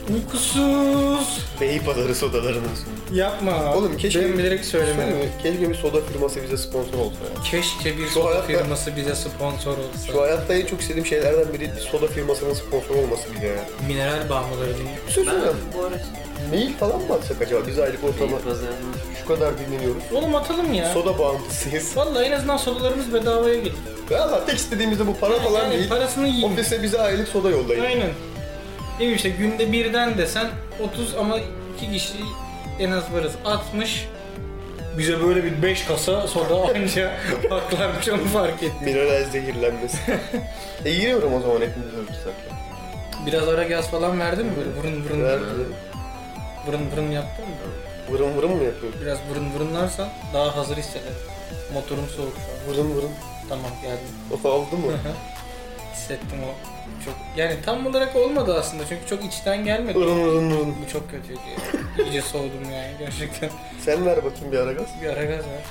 Uykusuz. Beypazarı sodalarınız. Yapma. Oğlum keşke... Ben bilerek söylemedim. Keşke bir soda firması bize sponsor olsa ya. Keşke bir Şu soda hayatta- firması bize sponsor olsa. Şu hayatta en çok istediğim şeylerden biri bir soda firmasının sponsor olması bize ya. Mineral bağımlıları değil. Söylesene. Bu ara Mail falan mı atsak acaba? Biz aylık ortama pazarının şu kadar dinleniyoruz. Oğlum atalım ya. Soda bağımlısıyız. Vallahi en azından sodalarımız bedavaya gelir. Valla tek istediğimiz de bu para falan Yani değil. parasını yiyin. Ofise bize aylık soda yollayın. Aynen. Değil mi işte günde birden desen 30 ama 2 kişi en az varız. 60. Bize böyle bir 5 kasa soda anca paklarmış onu fark ettim. Mineral zehirlenmesi. Yiyorum o zaman hepimiz ölçüsek. Biraz ara gaz falan verdin mi böyle vırın vırın Nerede? vırın vırın yaptın mı? Vırın vırın mı yapıyorum? Biraz vırın vırınlarsan daha hazır hissederim. Motorum soğuk şu an. Vırın vırın. Tamam geldim. O aldı mı? Hissettim o. Çok yani tam olarak olmadı aslında çünkü çok içten gelmedi. Vırın vırın vırın. Bu çok kötüydü. İyice soğudum yani gerçekten. Sen ver bakayım bir ara gaz. Bir ara gaz ver.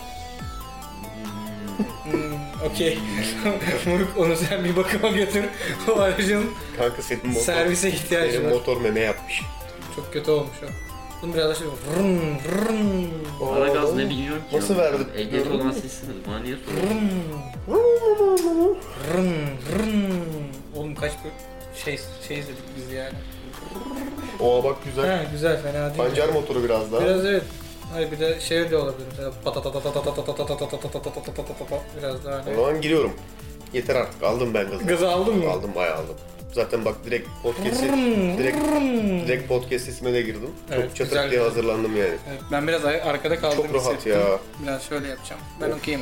Okey. Moruk onu sen bir bakıma götür. O aracın Kanka senin motor. servise ihtiyacı Senin var. motor meme yapmış. Çok kötü olmuş o. Bunu biraz da şöyle vrın vrın ara gaz ne bilmiyorum ki. Nasıl ya. verdi? Ehliyet olan sizsiniz. Bana niye soruyorsun? vrın vrın. Oğlum kaç bir şey izledik biz yani. Oha bak güzel. Ha güzel fena değil. Pancar motoru biraz daha. Biraz evet. Hayır bir de şey de olabilir mesela biraz daha O hani. zaman giriyorum. Yeter artık aldım ben gazı. Gazı aldın mı? Aldım bayağı aldım. Zaten bak direkt podcast'e direkt podcast sesime de girdim. Evet, Çok çatık güzel. diye hazırlandım yani. Evet, ben biraz arkada kaldım. Çok rahat hissettim. ya. Biraz şöyle yapacağım. Ben okeyim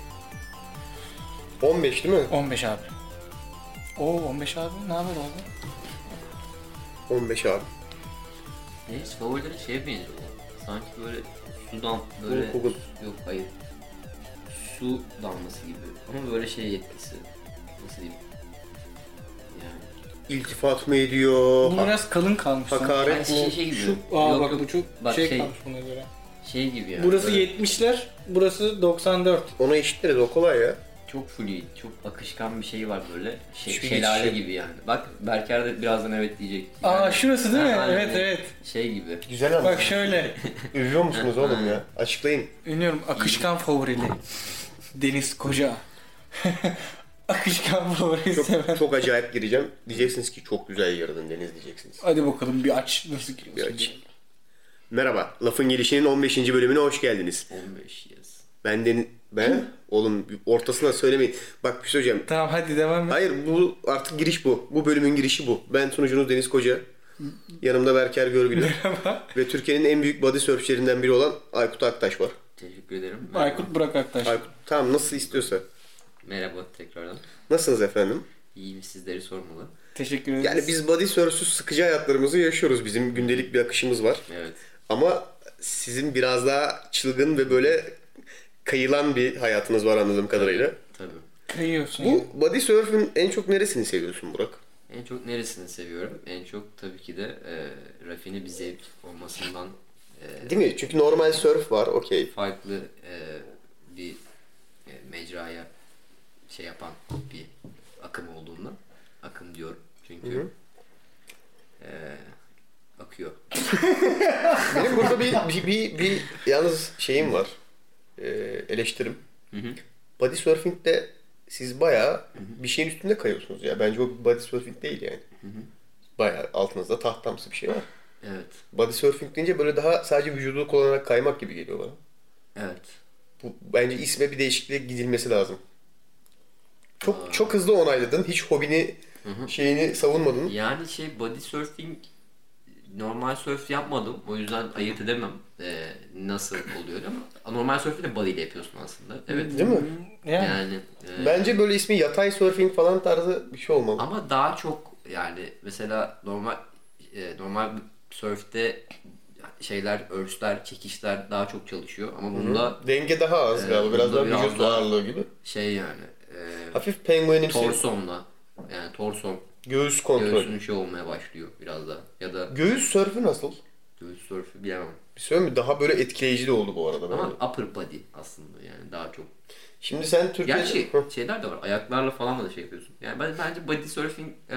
ama. 15 değil mi? 15 abi. Oo 15 abi ne haber oldu? 15 abi. Neyse favorileri şeye benziyor. Sanki böyle sudan böyle... Google. Yok hayır. Su damlası gibi. Ama böyle şey etkisi. Nasıl diyeyim? Yani... İltifat mı ediyor? Bu biraz kalın kalmış. sanki. Hakaret Yani mi? şey gibi. Şu, Yok, bak yok. bu çok Bak, şey şey- kalmış buna göre. Şey gibi yani. Burası böyle 70'ler, burası 94. Ona eşitleriz o kolay ya. çok fluid, çok akışkan bir şey var böyle. Hiçbir Şelale geçişi. gibi yani. Bak Berker de birazdan evet diyecek. Aa Yani- şurası değil mi? Ha, Evet aynen. evet. Şey gibi. Güzel ama. Bak şöyle. Övüyor musunuz oğlum ya? Açıklayın. Ünlüyorum akışkan favorili. Deniz Koca. Akışkan favorili seven. Çok acayip gireceğim. Diyeceksiniz ki çok güzel girdin Deniz diyeceksiniz. Hadi bakalım bir aç. Nasıl Bir giriyorsun? aç. Merhaba. Lafın Gelişi'nin 15. bölümüne hoş geldiniz. 15 yaz. Ben oğlum ortasına söylemeyin. Bak bir şey söyleyeceğim. Tamam hadi devam et. Hayır bu artık giriş bu. Bu bölümün girişi bu. Ben sunucunuz Deniz Koca. Yanımda Berker Görgülü. Merhaba. Ve Türkiye'nin en büyük body surfçilerinden biri olan Aykut Aktaş var. Teşekkür ederim. Aykut Burak Aktaş. Aykut tamam nasıl istiyorsa. Merhaba tekrardan. Nasılsınız efendim? İyiyim sizleri sormalı. Teşekkür ederiz. Yani biz body surf'süz sıkıcı hayatlarımızı yaşıyoruz. Bizim gündelik bir akışımız var. Evet. Ama sizin biraz daha çılgın ve böyle kayılan bir hayatınız var anladığım kadarıyla. Tabii. Kayıyorsun. yani. Bu body surf'ün en çok neresini seviyorsun Burak? En çok neresini seviyorum? En çok tabii ki de rafine bir zevk olmasından Değil mi? Çünkü normal surf var, okey. farklı bir mecraya şey yapan bir akım olduğundan. Akım diyorum çünkü akıyor. Benim burada bir yalnız şeyim var. Eleştirim. Body surfing'de siz bayağı bir şeyin üstünde kayıyorsunuz ya. Bence o body surfing değil yani. Bayağı altınızda tahtamsı bir şey var. Evet. Body surfing deyince böyle daha sadece vücudu kullanarak kaymak gibi geliyor bana. Evet. Bu bence isme bir değişikliğe gidilmesi lazım. Çok hızlı onayladın. Hiç hobini şeyini savunmadın. Yani body surfing normal surf yapmadım. O yüzden ayırt edemem nasıl oluyor ama normal surf'i de body ile yapıyorsun aslında. Evet. Değil mi? Yani Bence böyle ismi yatay surfing falan tarzı bir şey olmalı. ama daha çok yani mesela normal surf'te şeyler, örfler, çekişler daha çok çalışıyor ama bunda Denge daha az galiba. Biraz bunda daha biraz vücut daha- ağırlığı gibi. şey yani Hafif penguenimsi. torsonla yani torson Göğüs kontrol. göğsünün şey olmaya başlıyor biraz da ya da Göğüs sörfü nasıl? göğüs surf'ü bilemem. Bir söyleyeyim mi? Daha böyle etkileyici de oldu bu arada. Ama Böyle. upper body aslında yani daha çok. Şimdi sen Türkiye'de... Gerçi Hı. şeyler de var. Ayaklarla falan da şey yapıyorsun. Yani bence body surfing evet.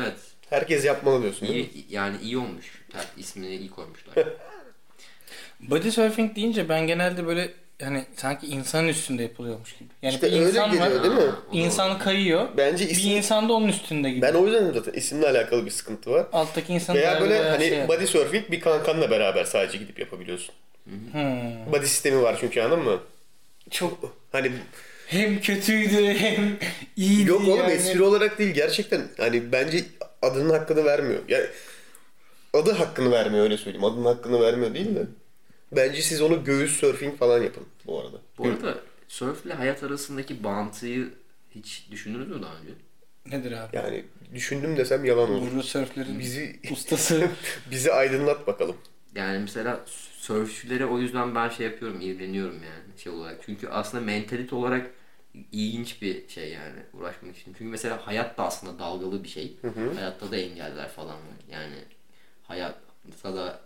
Herkes yapmalı diyorsun değil mi? İyi, yani iyi olmuş. İsmini iyi koymuşlar. Body surfing deyince ben genelde böyle hani sanki insanın üstünde yapılıyormuş gibi. Yani İşte bir öyle insan geliyor var, değil mi? insan kayıyor. Bence Bir isim... insan da onun üstünde gibi. Ben o yüzden zaten isimle alakalı bir sıkıntı var. Alttaki insan Veya böyle hani şey body surfing bir kankanla beraber sadece gidip yapabiliyorsun. Body sistemi var çünkü, anladın mı? çok Hani hem kötüydü hem iyiydi. yok oğlum, yani. espri olarak değil gerçekten, hani bence adının hakkını vermiyor. Yani adı hakkını vermiyor, öyle söyleyeyim. Adının hakkını vermiyor değil de. Bence siz onu göğüs surfing falan yapın bu arada. Bu arada surf ile hayat arasındaki bağıntıyı hiç düşündünüz mü daha önce? Nedir abi? Yani düşündüm desem yalan olur. Burnu surflerin Bizi ustası. bizi aydınlat bakalım. Yani mesela sörfçülere o yüzden ben şey yapıyorum, ilgileniyorum yani şey olarak. Çünkü aslında mentalite olarak ilginç bir şey yani uğraşmak için. Çünkü mesela hayat da aslında dalgalı bir şey. Hayatta da engeller falan var. Yani hayatta da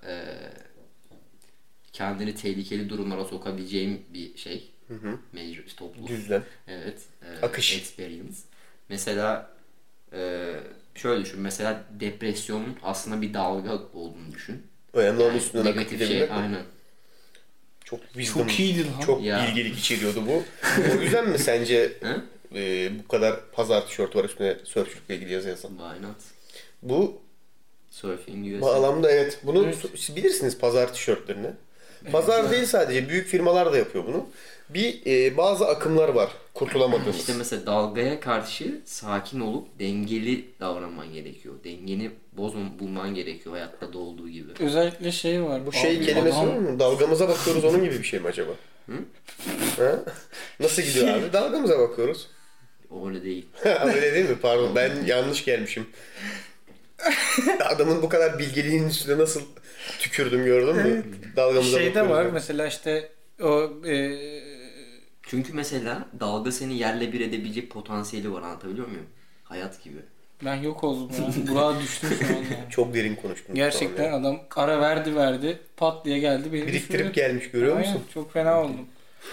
kendini tehlikeli durumlara sokabileceğim bir şey. Mecbur, topluluk. Düzlem. Evet. Akış. Experience. Mesela şöyle düşün. Mesela depresyonun aslında bir dalga olduğunu düşün. Önemli olan Yani üstünden akıp negatif şey, gidebilmek mi? aynen. Çok wisdom, Çok iyiydi lan. çok Ya. bilgelik içeriyordu bu. O yüzden mi sence bu kadar pazar tişörtü var üstüne sörfçülükle ilgili yazı yazan? Why not? Bu Surfing USA. bağlamda evet. Bunu siz bilirsiniz pazar tişörtlerini. Pazar değil sadece, büyük firmalar da yapıyor bunu. Bazı akımlar var kurtulamadığımız. İşte mesela dalgaya karşı sakin olup dengeli davranman gerekiyor. Dengeni bulman gerekiyor hayatta da olduğu gibi. Özellikle şey var. Bu şey Abi, kelimesi adam- var mı? Dalgamıza bakıyoruz, onun gibi bir şey mi acaba? Ha? Nasıl gidiyor abi? Dalgamıza bakıyoruz. O öyle değil. Öyle değil mi? Pardon, ben yanlış gelmişim. Adamın bu kadar bilgeliğinin üstüne nasıl tükürdüm, gördün mü? Dalgamıza Şeyde bakıyoruz. var yani. mesela işte o Çünkü mesela dalga seni yerle bir edebilecek potansiyeli var, anlatabiliyor muyum? Hayat gibi. ben yok oldum ya. Burak'a düştüm şu an yani. Çok derin konuştum. Gerçekten Tamam ya. adam ara verdi pat diye geldi. Beni Biriktirip düşürdü. gelmiş, görüyor Aynen, musun? çok fena oldum.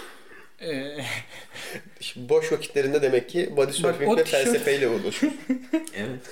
Şimdi boş vakitlerinde demek ki body surfing o ve tişört- felsefeyle uğraşıyor. Evet.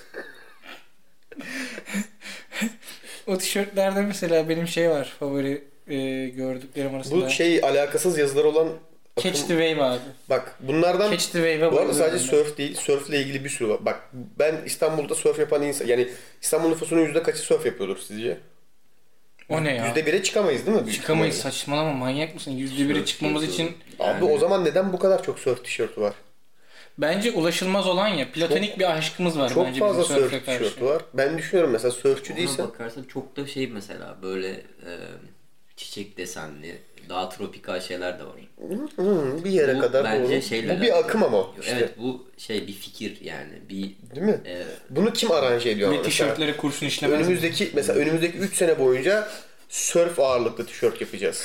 O tişörtlerde mesela benim şey var favori gördüklerim arasında. Bu şey alakasız yazılar olan Catch the Wave abi. Bak bunlardan Catch the Wave'e bu arada sadece bayılıyorum surf değil, surfle ilgili bir sürü var. Bak ben İstanbul'da surf yapan insan, yani İstanbul nüfusunun yüzde kaçı surf yapıyordur sizce? ben. O ne ya? %1'e çıkamayız değil mi? büyük Çıkamayız, ihtimalle? saçmalama, manyak mısın? %1'e Surf çıkmamız için yapıyorum. Abi o zaman neden bu kadar çok surf tişörtü var? bence ulaşılmaz olan ya. Platonik bir aşkımız var Çok bence fazla bizim surf surf'e karşı. tişörtü var. Ben düşünüyorum mesela surfçü Ona değilsen bakarsan çok da şey mesela böyle çiçek desenli, daha tropikal şeyler de var. bir yere Bu kadar bence doğru. şeyle Bu bir alakalı. akım ama işte. Evet, bu şey bir fikir yani. Bir Değil mi? Bunu kim aranje ediyor? Ve ama mesela? tişörtlere kurşun işlemez. Önümüzdeki 3 sene boyunca surf ağırlıklı tişört yapacağız.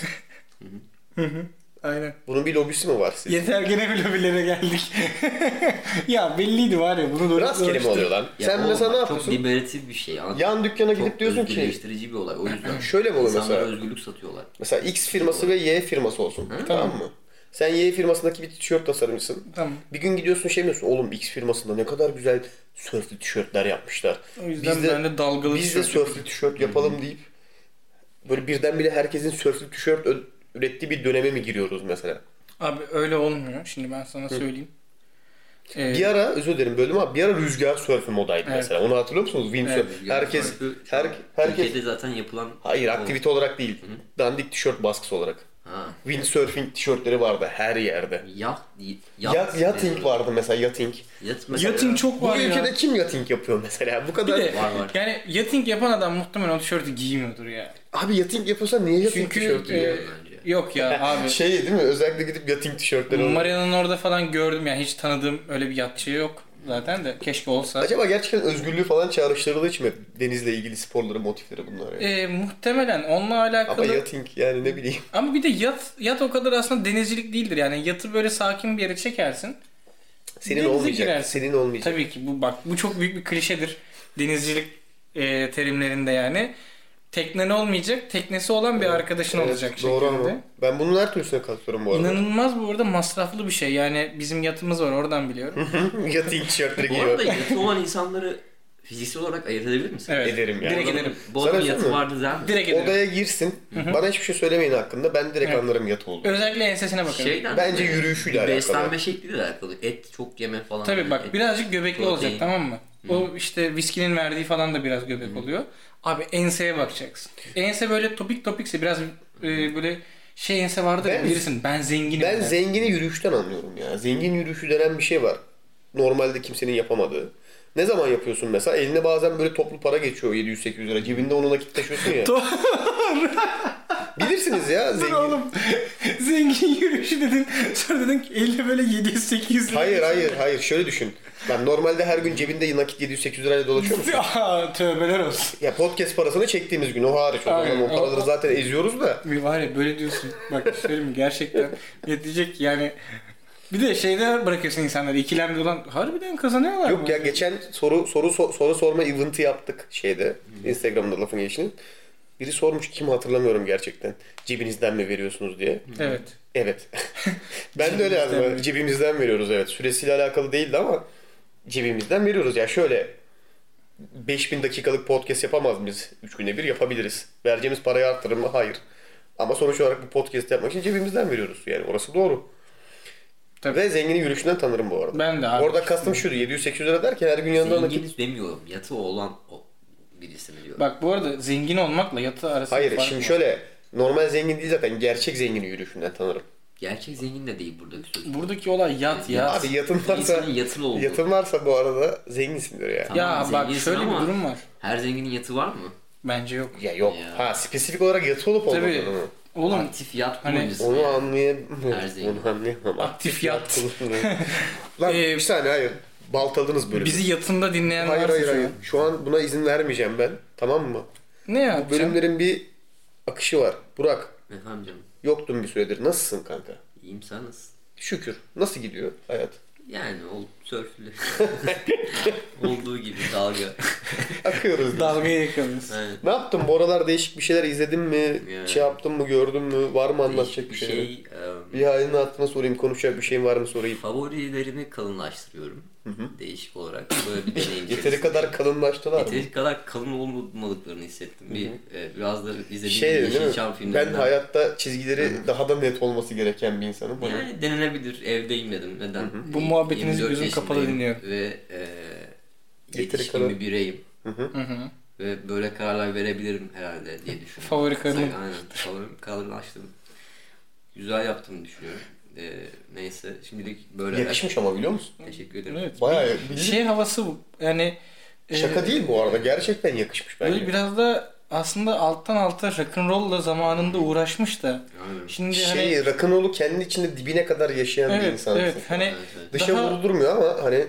Aynen. Bunun bir lobisi mi var sizce? Yeter, gene bir lobilere geldik. ya belliydi var ya, bunu da Rastgele mi oluyor lan? Ya Sen o mesela ne çok yapıyorsun? liberatif bir şey. Yan dükkana gidip Çok diyorsun ki özgürleştirici bir olay. O yüzden şöyle mi oluyor insanlara mesela? özgürlük satıyorlar. Mesela X firması ve Y firması olsun. Tamam mı? Sen Y firmasındaki bir tişört tasarımcısın. Tamam. Bir gün gidiyorsun şey diyorsun, oğlum X firmasında ne kadar güzel sörflü tişörtler yapmışlar. O yüzden ben de dalgalı biz de tişört sörflü tişört yapalım deyip böyle birdenbire herkesin sörflü tişört ürettiği bir döneme mi giriyoruz mesela? Abi öyle olmuyor. Şimdi ben sana söyleyeyim. Bir ara, özür dilerim bölüm ama bir ara rüzgar sörfü modaydı Evet. mesela. Onu hatırlıyor musunuz? Windsurf. Rüzgar Herkes sörfü şu an herkes Türkiye'de zaten yapılan hayır o. aktivite olarak değil. Dandik tişört baskısı olarak. Ha. Windsurfing tişörtleri vardı her yerde. Yachting vardı mesela, yachting. Yachting çok Bu var ya. ülkede kim yachting yapıyor mesela? Bu Bir kadar. de Var. yani yachting yapan adam muhtemelen o tişörtü giymiyordur ya. Abi yachting yapıyorsan niye yachting Çünkü tişörtü giyiyor? bence. yok ya abi. Şey değil mi? Özellikle gidip yachting tişörtleri oluyor. Mariana'nın orada falan gördüm yani, hiç tanıdığım öyle bir yatçı yok zaten de, keşke olsa. Acaba gerçekten özgürlüğü falan çağrıştırdığı için mi denizle ilgili sporları, motifleri bunlar ya? Muhtemelen onunla alakalı. Ama yachting yani ne bileyim. Ama bir de yat o kadar aslında denizcilik değildir yani. Yatı böyle sakin bir yere çekersin. Senin Denize olmayacak. girersin. Senin olmayacak. Tabii ki bu çok büyük bir klişedir denizcilik terimlerinde yani. Teknen olmayacak, teknesi olan bir arkadaşın Evet, olacak doğru şeklinde. ama. Ben bunun her türlüsüne katılıyorum bu arada. İnanılmaz bu arada masraflı bir şey. Yani bizim yatımız var, oradan biliyorum. Yachting tişörtleri Bu giyiyor. arada yatı olan insanları fiziksel olarak ayırt edebilir misin? Evet. Ederim yani. Direkt ederim. Bu Sana adamın söyleyeyim yatı mi? vardı der mi? Direkt ederim. Odaya girsin. Bana hiçbir şey söylemeyin hakkında. Ben direkt Evet. anlarım yatı olduğunu. Özellikle ensesine bakarım. Şeyden Bence mi? yürüyüşüyle alakalı. Beslenme şekliyle alakalı. Et çok yeme falan. Tabii bak Et- birazcık göbekli protein. olacak, tamam mı? O işte viskinin verdiği falan da biraz göbek oluyor. Abi enseye bakacaksın. Ense böyle topik topikse biraz böyle şey ense vardır ya, Ben- bilirsin ben zenginim. Ben der. zengini yürüyüşten anlıyorum ya. Zengin yürüyüşü denen bir şey var. Normalde kimsenin yapamadığı. Ne zaman yapıyorsun mesela? Eline bazen böyle toplu para geçiyor 700-800 lira. Cebinde onu nakit taşıyorsun ya. Bilirsiniz ya Dur zengin. oğlum. Zengin yürüyüşü dedin. Sonra dedin ki elde böyle 700-800 lira. Hayır. Şöyle düşün. Ben normalde her gün cebinde nakit 700-800 lirayla dolaşıyor musun? Aa, tövbeler olsun. Ya podcast parasını çektiğimiz gün o hariç. O Aynen. zaman o paraları zaten eziyoruz da. Bir var ya böyle diyorsun. Bak söyleyeyim mi? Gerçekten yetecek yani. Bir de şeyde bırakıyorsun insanları ikilemde olan harbiden kazanıyorlar Yok mı? ya geçen soru sorma eventi yaptık şeyde. Instagram'da lafın gelişini. Biri sormuş, kim hatırlamıyorum gerçekten. Cebinizden mi veriyorsunuz diye. Evet. Evet. Ben de öyle Cebimizden yazdım. mi? Cebimizden veriyoruz evet. Süresiyle alakalı değildi ama cebimizden veriyoruz. Ya şöyle 5000 dakikalık podcast yapamaz mıyız? 3 güne bir yapabiliriz. Vereceğimiz parayı arttırır mı? Hayır. Ama sonuç olarak bu podcast yapmak için cebimizden veriyoruz. Yani orası doğru. Tabii. Ve zengini yürüyüşünden tanırım bu arada. Ben de abi. Orada kastım şuydu. 700-800 lira derken her gün yanında nakit. Zengin demiyorum. Yatı olan o birisini diyorum. Bak bu arada zengin olmakla yatı arasında Hayır fark şimdi var. şöyle. Normal zengin değil zaten. Gerçek zengini yürüyüşünden tanırım. Gerçek zengin de değil buradaki söz. Buradaki olay yat ya. Abi yatın varsa, İnsanın yatılı olduğu. yatın varsa bu arada zenginsindir ya. Tamam, Ya bak zenginsin şöyle bir ama durum var. Her zenginin yatı var mı? Bence yok. Ya yok. Ya. Ha spesifik olarak yatı olup Tabii. olmadığını mı? Oğlum Aktif yat hani kullanıcısı. Onu yani. anlayamıyorum. Her zengin. Onu anlayamam. aktif yat. Lan bir saniye hayır. Baltaladınız bölümü. Bizi yatında dinleyen Hayır varsa hayır şu an. hayır. Şu an buna izin vermeyeceğim ben. Tamam mı? Ne Bu yapacağım? bölümlerin bir akışı var. Burak. Efendim canım. Yoktun bir süredir. Nasılsın kanka? İyiyim sen nasılsın? Şükür. Nasıl gidiyor hayat? Yani o sörflü. Olduğu gibi dalga. Akıyoruz. Dalgaya yakalıyoruz. Evet. Ne yaptın? Bu aralar değişik bir şeyler izledin mi? Yani. Şey yaptın mı? Gördün mü? Var mı anlatacak bir şeyler? Bir halinin hatırına sorayım. Konuşacak bir şeyin var mı sorayım. Favorilerimi kalınlaştırıyorum. Değişik olarak. Böyle bir deneyim. Yeteri kadar kalınlaştılar mı? Yeteri kadar kalın olmadıklarını hissettim. Biraz da izlediğim Şey değil mi? Yeşilçam Ben filmlerinden. hayatta çizgileri daha da net olması gereken bir insanım. Hani Yani denenebilir. Evdeyim dedim. Neden? Bu muhabbetinizi 24 gözüm kapalı yaşındayım dinliyor. Ve Yeteri yetişkin kadar- bir bireyim. Hı hı. Ve böyle kararlar verebilirim herhalde diye düşünüyorum. Favori karın. Aynen. Favorim kalınlaştım. Güzel yaptığımı düşünüyorum. Neyse şimdilik böyle. yakışmış ama biliyor musun? Teşekkür ederim. Evet. Bayağı Bir şey havası bu. Yani Şaka değil bu arada. Gerçekten yakışmış bence. böyle biraz da aslında alttan alta rock'n'roll'la zamanında uğraşmış da. Aynen. Şimdi hani rock'n'roll'u kendi içinde dibine kadar yaşayan bir evet insansın. evet hani Evet, evet. Dışa daha vurdurmuyor ama hani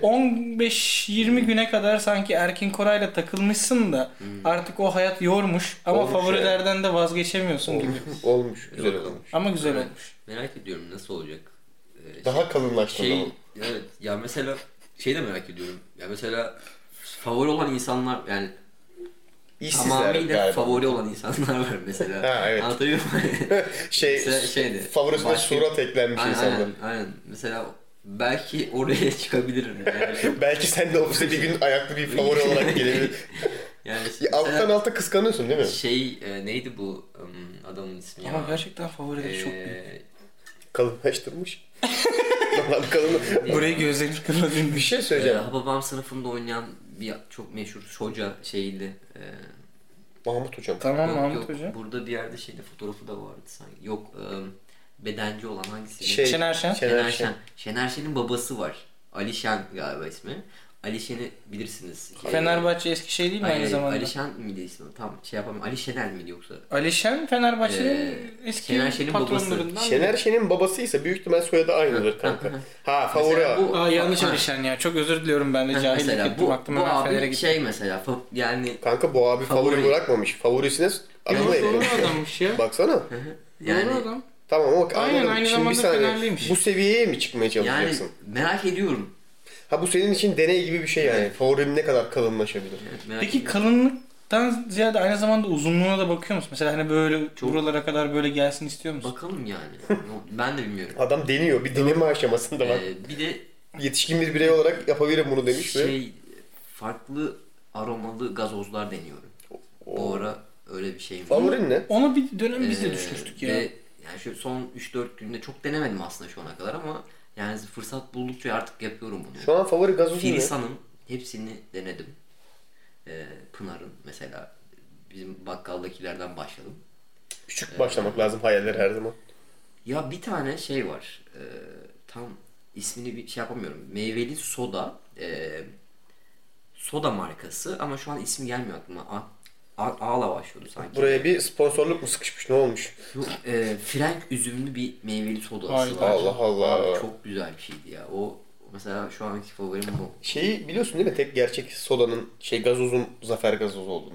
15-20 güne kadar sanki Erkin Koray'la takılmışsın da artık o hayat yormuş ama Olmuş favorilerden de vazgeçemiyorsun gibi. olmuş. Güzel Yok, olmuş. Ama güzel Evet. olmuş. Merak ediyorum nasıl olacak. Daha kalınlaştın ama. Evet ya mesela şey de merak ediyorum. Ya mesela favori olan insanlar yani İşsizler tamamıyla galiba. favori olan insanlar var mesela. Ha, evet. Anlatabiliyor muyum? Mesela şeydi, favorisine başka- surat eklenmiş aynen, insanlar. aynen. Mesela belki oraya çıkabilirim. Yani, Belki sen de ofise bir gün ayaklı bir favori olarak gelebilir. yani Alttan mesela alta kıskanıyorsun değil mi? şey neydi bu adamın ismi ya? Ama gerçekten favorileri çok büyük. Kalınlaştırmış. Lan kalın. Burayı gözlerini Bir kırmadın. şey söyleyeceğim. Hababam sınıfında oynayan bir çok meşhur hoca şeydi. Mahmut hocam. Tamam Yok, Mahmut yok. Hoca. Burada bir yerde şeyde fotoğrafı da vardı sanki. Yok bedenci olan hangisi? Şener Şen. Şener Şen. Şener Şen'in babası var. Ali Şen galiba ismi. Ali Şen'i bilirsiniz. Fenerbahçe eski şey değil mi aynı Hayır, zamanda? Ali Şen miydi ismi? Tam şey yapamıyorum. Ali Şener miydi yoksa? Alişen Fenerbahçe'nin eski Şener Şen'in patronlarından. Şener Şen'in babasıysa büyük ihtimal soyadı aynıdır kanka. Ha favori. Mesela bu- Aa yanlış Ha. Alişen ya. Çok özür diliyorum ben de cahillik mesela ettim. bu Aklıma hemen abi Fener'e gitti. şey mesela yani Kanka bu abi favori Favori. bırakmamış. Favorisine adını Doğru eklemiş. adammış ya. Baksana. yani Doğru adam. Tamam ama Aynen, anladım. aynı Şimdi bir zamanda saniye. Fenerliymiş. Bu seviyeye mi çıkmaya yani çalışacaksın? merak ediyorum. Ha bu senin için deney gibi bir şey yani. Favorim ne kadar kalınlaşabilir? Evet, merak Peki ediyorum. kalınlıktan ziyade aynı zamanda uzunluğuna da bakıyor musun? Mesela hani böyle Çok- buralara kadar böyle gelsin istiyor musun? Bakalım yani. Ben de bilmiyorum. Adam deniyor. Bir deneme aşamasında bak. Bir de Yetişkin bir birey olarak yapabilirim bunu demiş ve şey farklı aromalı gazozlar deniyorum. Bu ara öyle bir şeyim var. Favorin ne? Ona bir dönem biz de düşmüştük ya. Ve yani şu son 3-4 günde çok denemedim aslında şu ana kadar ama yani fırsat buldukça artık yapıyorum bunu. Şu an favori gazozun ne? Filisa'nın hepsini denedim. Pınar'ın mesela bizim bakkaldakilerden başladım. Küçük başlamak lazım hayaller her zaman. Ya bir tane şey var. Tam ismini bir şey yapamıyorum. Meyveli soda. Soda markası ama şu an ismi gelmiyor aklıma. A'la başlıyordu sanki. Buraya bir sponsorluk mu sıkışmış? Ne olmuş? Frenk üzümlü bir meyveli sodası Hayda. var. Allah Allah. Abi çok güzel bir şeydi ya. O mesela şu anki favorim bu. Şeyi biliyorsun değil mi? Tek gerçek sodanın gazozun Zafer gazozu olduğunu.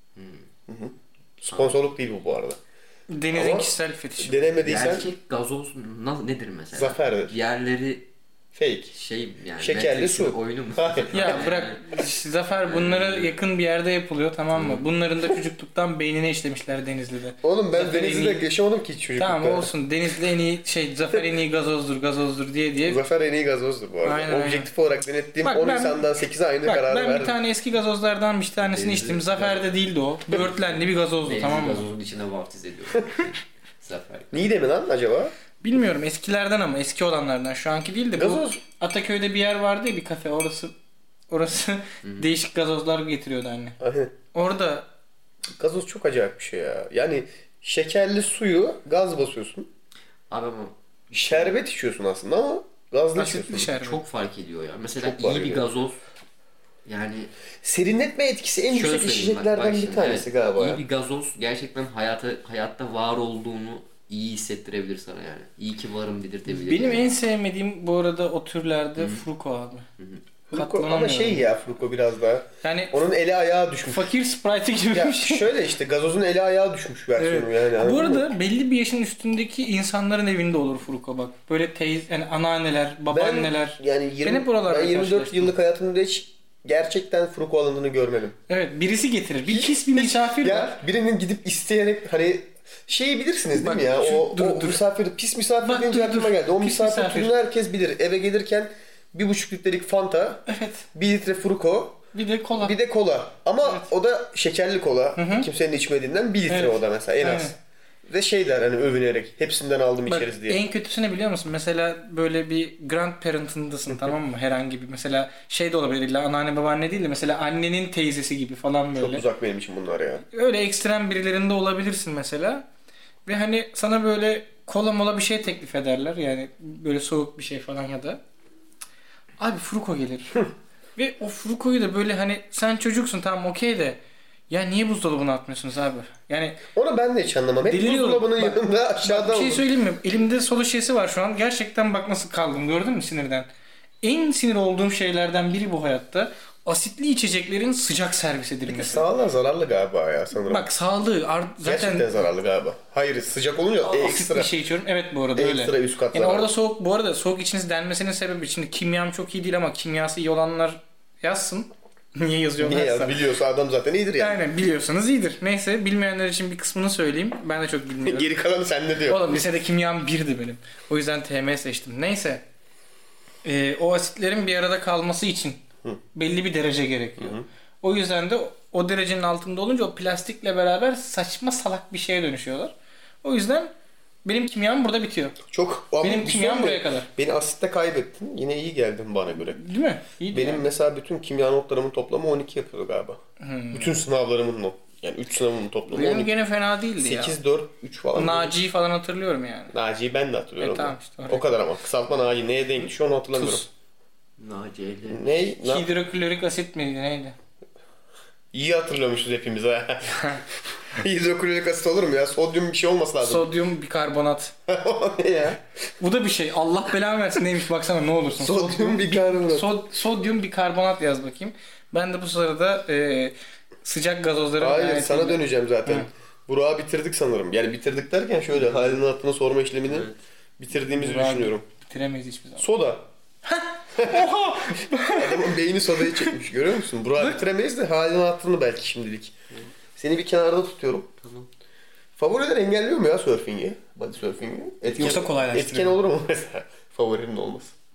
Hı hı. Sponsorluk değil bu arada. Deniz'in Ama kişisel fetişi. Denemediysen Gerçek gazoz nedir mesela? Zafer'dir. Diğerleri Fake. şey yani Şekerli Matrix'in su. oyunu mu? Hayır. Ya bırak Zafer bunlara yakın bir yerde yapılıyor, tamam mı? Bunların da çocukluktan beynine işlemişler Denizli'de. Oğlum ben Zafer Denizli'de en iyi- yaşamadım ki hiç çocuklukta. Tamam olsun, Denizli en iyi Zafer en iyi gazozdur diye. Zafer en iyi gazozdur bu arada. Aynen, Objektif olarak denettiğim Bak 10 ben- insandan 8'e aynı Bak kararı ben verdim. bir tane eski gazozlardan bir tanesini Denizli- içtim. Zafer'de değildi o. Böğürtlenli bir gazozdu, Denizli tamam mı? gazozun içine vaftiz ediyorum. Zafer. Niğde mi lan acaba? Bilmiyorum, eskilerden ama eski olanlardan, şu anki değil de Gazoz. bu Ataköy'de bir yer vardı ya, bir kafe, orası değişik gazozlar getiriyordu anne. Aynen. Orada Gazoz çok acayip bir şey ya. Yani şekerli suyu gaz basıyorsun. Abi ama Şerbet içiyorsun aslında ama gazlı asitli içiyorsun. şerbet. çok fark ediyor ya. Mesela Çok fark iyi bir ediyor. gazoz yani Serinletme etkisi en şöyle yüksek söyleyeyim içeceklerden bak bir şimdi, tanesi evet, galiba ya. İyi bir gazoz gerçekten hayatta var olduğunu iyi hissettirebilir sana yani. İyi ki varım dedirtebilir. Benim yani. en sevmediğim bu arada o türlerde Fruko abi. Fruko, ama Katlanamıyorum. şey ya Fruko biraz daha. Yani Onun eli ayağı düşmüş. fakir Sprite gibi Ya bir şey. şöyle işte gazozun eli ayağı düşmüş versiyonu yani. Bu anladın mı? arada belli bir yaşın üstündeki insanların evinde olur Fruko bak. Böyle yani anneanneler, babaanneler. yani Ben hep oralarda ben 24 karşılaştım. yıllık hayatımda hiç gerçekten Fruko alındığını görmedim. Evet, birisi getirir. Bir pis bir misafir var. Ya birinin gidip isteyerek hani şeyi bilirsiniz değil Bak, mi ya? dur. O misafir, pis misafir Bak, deyince dur. aklıma geldi. O Pis misafir misafir. türünü herkes bilir. Eve gelirken 1,5 litrelik Fanta, Evet. 1 litre Fruko, Bir de kola. bir de kola. Ama Evet. o da şekerli kola. Kimsenin içmediğinden 1 litre Evet. o da mesela en az. Aynen. Ve şeyler hani övünerek hepsinden aldım Bak, içeriz diye. en kötüsü ne biliyor musun? Mesela böyle bir grandparent'ındasın, tamam mı? Herhangi bir mesela şey de olabilir, illa anneanne babaanne değil de mesela annenin teyzesi gibi falan Çok böyle. uzak benim için bunlar ya. Öyle ekstrem birilerinde olabilirsin mesela. Ve hani sana böyle kola mola bir şey teklif ederler. Yani böyle soğuk bir şey falan ya da. Abi Fruko gelir. Ve o Fruko'yu da böyle hani sen çocuksun tamam okey de ya niye buzdolabına atmıyorsunuz abi? Yani Onu ben de hiç anlamam. Hep deliriyorum. buzdolabının Bak- yanında aşağıda bir şey olur. söyleyeyim mi? Elimde soda şişesi var şu an. Gerçekten bak nasıl kaldım, gördün mü sinirden? En sinir olduğum şeylerden biri bu hayatta asitli içeceklerin sıcak servis edilmesi. Sağlığa zararlı galiba ya sanırım. Bak sağlığı Gerçekten zaten zararlı galiba. Hayır sıcak olunca asitli ekstra. şey içiyorum. Evet bu arada öyle. Ekstra üst kat Yani zararlı. orada soğuk, bu arada soğuk içiniz denmesinin sebebi, şimdi kimyam çok iyi değil ama kimyası iyi olanlar yazsın. Niye yazıyorlarsa. Niye ya? Biliyorsa adam zaten iyidir yani. Aynen, biliyorsanız iyidir. Neyse, bilmeyenler için bir kısmını söyleyeyim. Ben de çok bilmiyorum. Geri kalanı sende diyor. Oğlum lisede kimyam 1'di benim. O yüzden TM seçtim. Neyse. O asitlerin bir arada kalması için belli bir derece gerekiyor. O yüzden de o derecenin altında olunca o plastikle beraber saçma salak bir şeye dönüşüyorlar. O yüzden benim kimyam burada bitiyor. Çok ama Benim bir kimyam şey buraya mi? kadar. Beni asitte kaybettin. Yine iyi geldin bana göre. Değil mi? İyi Benim yani. mesela bütün kimya notlarımın toplamı 12 yapıyordu galiba. Bütün sınavlarımın not. Yani 3 sınavımın toplamı Benim 12. gene fena değildi ya. 8, 4, 3 falan. Naci'yi falan hatırlıyorum yani. Naci'yi ben de hatırlıyorum. Tamam da. işte, oraya. O kadar ama. Kısaltma Naci neye denk düşüyor onu hatırlamıyorum. Tuz. Naciye'li. Ney? Hidroklorik asit miydi neydi? İyi hatırlıyormuşuz hepimiz ha. Hidroklorik asit olur mu ya? Sodyum bir şey olması lazım. Sodyum bikarbonat. O ne ya? Bu da bir şey. Allah belanı versin neymiş baksana ne olursun. Sodyum bikarbonat. Sodyum bikarbonat yaz bakayım. Ben de bu sırada sıcak gazozları... Hayır sana döneceğim zaten. Burak'ı bitirdik sanırım. Yani bitirdik derken şöyle halini hatırını sorma işlemini bitirdiğimizi Burak'ı düşünüyorum. Bitiremeyiz hiçbir zaman. Soda. Oha! Adamın beyni sodayı çekmiş görüyor musun? Burak'ı bitiremeyiz de halini hatırını belki şimdilik. Seni bir kenarda tutuyorum. Tamam. Favoriler engelliyor mu ya surfing'i? Body surfing'i? Yoksa kolaylaştırıyor. Etken olur mu mesela? Favorinin olması.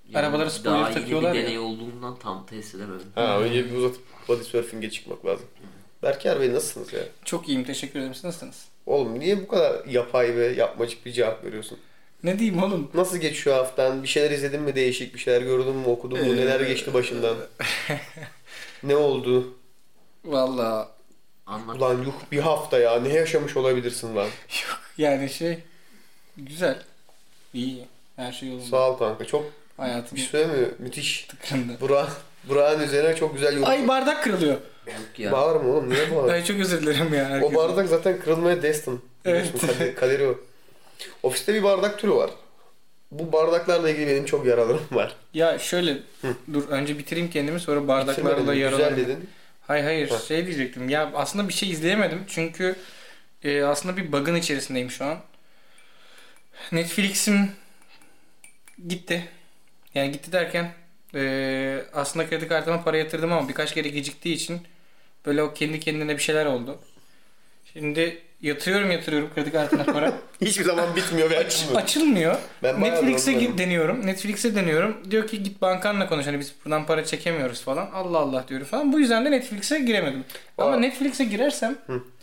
Arabalara spoiler daha takıyorlar yeni bir ya. deney olduğundan tam test edemedim. Ha, önce bir uzatıp body surfing'e çıkmak lazım. Berker Bey nasılsınız ya? Çok iyiyim, teşekkür ederim. Siz nasılsınız? Oğlum niye bu kadar yapay ve yapmacık bir cevap veriyorsun? Ne diyeyim oğlum? Nasıl geçiyor haftan? Bir şeyler izledin mi değişik? Bir şeyler gördün mü? Okudun mu? Neler geçti başından? Ne oldu? Vallahi Anlat. Ulan yuh bir hafta ya. Ne yaşamış olabilirsin lan? yani güzel. İyi. Her şey yolunda. Sağ ol kanka. Çok Hayatım bir şey söyleyeyim mi? Müthiş. tıkırında. Burak'ın üzerine çok güzel yorum. Ay bardak kırılıyor. Yok ya. Bağırma oğlum. Niye bağırıyorsun? Ay çok özür dilerim ya. O herkese. bardak zaten kırılmaya destin. Evet. Biliyorsun, kaderi o. Ofiste bir bardak türü var. Bu bardaklarla ilgili benim çok yaralarım var. Ya şöyle dur önce bitireyim kendimi sonra bardaklarla Bitirmedin, yaralanırım. güzel dedin. Hayır Ha. şey diyecektim. Ya aslında bir şey izleyemedim çünkü aslında bir bug'ın içerisindeyim şu an. Netflix'im gitti. Yani gitti derken aslında kredi kartıma para yatırdım ama birkaç kere geciktiği için böyle o kendi kendine bir şeyler oldu. Şimdi yatırıyorum kredi kartına para. Hiçbir zaman bitmiyor ve açılmıyor. Açılmıyor. Ben bayağı Netflix'e zorlanıyorum. deniyorum. Netflix'e deniyorum. Diyor ki git bankanla konuş. Hani biz buradan para çekemiyoruz falan. Allah Allah diyorum falan. Bu yüzden de Netflix'e giremedim. Ama Aa. Netflix'e girersem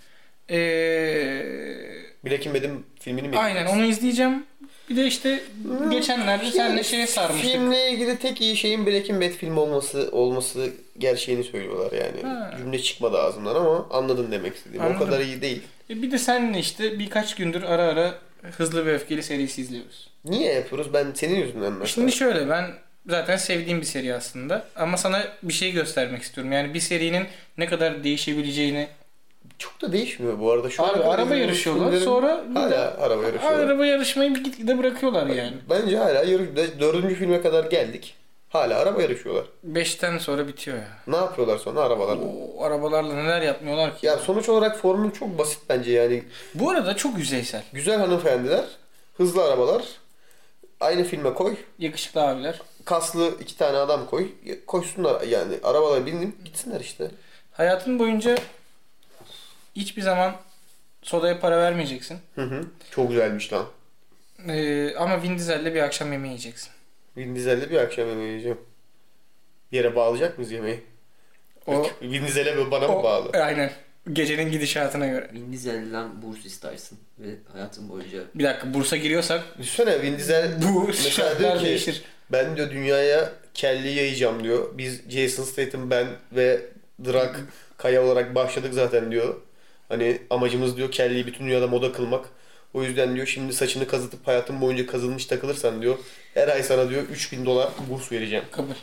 Breaking Bad'in filmini mi aynen onu izleyeceğim. Bir de işte geçenlerde seninle şeye sarmıştık. Filmle ilgili tek iyi şeyin Breaking Bad filmi olması gerçeğini söylüyorlar yani. Ha. Cümle çıkmadı ağzımdan ama anladın demek istediğim. Anladım. O kadar iyi değil. Bir de seninle işte birkaç gündür ara ara Hızlı ve Öfkeli serisi izliyoruz. Niye yapıyoruz? Ben senin yüzünden mesela. Şimdi şöyle ben zaten sevdiğim bir seri aslında. Ama sana bir şey göstermek istiyorum. Yani bir serinin ne kadar değişebileceğini. Çok da değişmiyor bu arada. Şu Abi ana kadar araba izlediğim yarışıyorlar filmlerin- sonra Hala araba yarışıyorlar. araba yarışmayı bir gitgide bırakıyorlar yani. Bence hala 4. filme kadar geldik. Hala araba yarışıyorlar. 5'ten sonra bitiyor ya. Ne yapıyorlar sonra arabalarla? O arabalarla neler yapmıyorlar ki. Ya sonuç olarak formül çok basit bence yani. Bu arada çok yüzeysel. Güzel hanımefendiler, hızlı arabalar, aynı filme koy, Yakışıklı abiler. kaslı 2 tane adam koy, koşsunlar yani arabalara binip gitsinler işte. Hayatın boyunca hiçbir zaman sodaya para vermeyeceksin. Hı. Çok güzelmiş lan. Ama Vin Diesel'le bir akşam yemeği yiyeceksin. Vin Diesel'le bir akşam yemeği yiyeceğim. Bir yere bağlayacak mıyız yemeği? O, Vin Diesel'e ve bana mı bağlı? Aynen. Gecenin gidişatına göre. Vin Diesel'den burs istersin ve hayatın boyunca Bir dakika Bursa giriyorsak Düşünsene Vin Diesel bu mesela diyor şartlar ki değişir. ben diyor dünyaya kelli yayacağım diyor. Biz Jason Statham, ben ve Drak Kaya olarak başladık zaten diyor. Hani amacımız diyor kelliyi bütün dünyada moda kılmak. O yüzden diyor şimdi saçını kazıtıp hayatın boyunca kazılmış takılırsan diyor her ay sana diyor $3000 burs vereceğim. Kabul.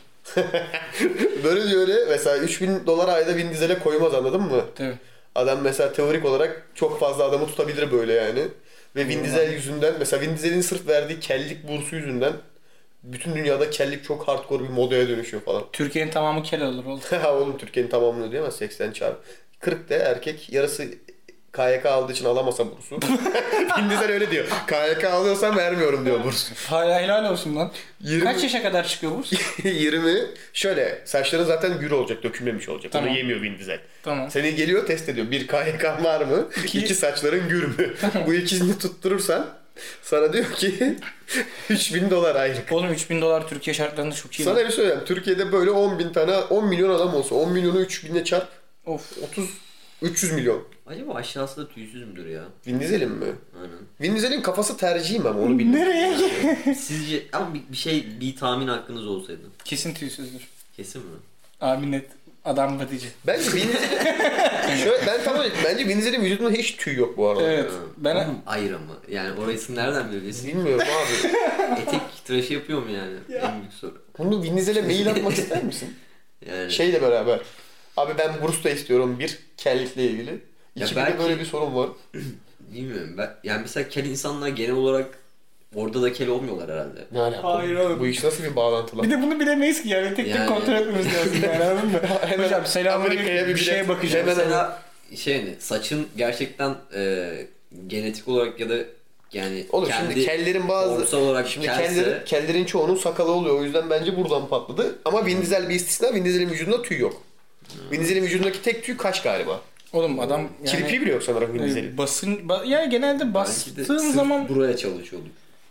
Böyle diyor öyle mesela $3000 ayda Vin Diesel'e koymaz anladın mı? Tabii. Adam mesela teorik olarak çok fazla adamı tutabilir böyle yani. Ve Vin Diesel yüzünden mesela Vin Diesel'in sırf verdiği kellik bursu yüzünden bütün dünyada kellik çok hardcore bir modaya dönüşüyor falan. Türkiye'nin tamamı kel olur oğlum. Oğlum Türkiye'nin tamamını ödeyemez 80 çarpı. 40 de erkek yarısı KYK aldığı için alamasa bursu. Vin Diesel öyle diyor. KYK alıyorsam vermiyorum diyor bursu. Hala helal olsun lan. 20 Kaç yaşa kadar çıkıyor burs? 20 şöyle saçların zaten gür olacak, dökülmemiş olacak. Tamam. Onu yemiyor Vin Diesel. Tamam. Seni geliyor test ediyor. Bir KYK var mı? İki saçların gür mü? Bu ikisini tutturursan sana diyor ki $3000 aylık. Oğlum $3000 Türkiye şartlarında çok iyi. Sana lan. bir söyleyeyim. Türkiye'de böyle 10 milyon adam olsa 10 milyonu 3000'e çarp Of. 300 milyon. acaba aşağısı da tüysüz müdür ya? Vin Diesel'in mi? Aynen. Vin Diesel'in kafası tercihim ama onu bilmiyorum. Nereye? Sizce ama bir tahmin hakkınız olsaydı. Kesin tüysüzdür. Kesin mi? Abi net. Adam batıcı. Bence Vin Diesel'in bence Vin Diesel'in vücudunda hiç tüy yok bu arada. Evet. Ben Oğlum ayrı mı? Yani orasını nereden biliyorsun? Bilmiyorum abi. Etek tıraşı yapıyor mu yani? En büyük soru. Bunu Vin Diesel'e mail atmak ister misin? Yani Şeyle beraber. Abi ben burs da istiyorum bir kellikle ilgili. Ya İki bir de belki- böyle bir sorun var. bilmiyorum. Yani mesela kel insanlar genel olarak orada da kel olmuyorlar herhalde. Ne alaka? Hayır oğlum. Bu iş nasıl bir bağlantı lan? Bir de bunu bilemeyiz ki yani tek tek Yani- kontrol etmemiz lazım yani anladın mı? Hemen Hocam selamünaleyküm Amerika'ya bir bir şeye bilet- bakacağım. hemen- Mesela hani saçın gerçekten genetik olarak ya da yani Oğlum şimdi kellerin bazı formsal olarak şimdi kelse kellerin çoğunun sakalı oluyor. O yüzden bence buradan patladı. Ama Vin Diesel bir istisna. Vin Diesel'in vücudunda tüy yok. Vin Diesel'in vücudundaki tek tüy kaç galiba? Oğlum adam Kirpiği yani bile yok sanırım Vin Diesel'in. yani genelde belki de bastığın sırf zaman buraya çalışıyorduk.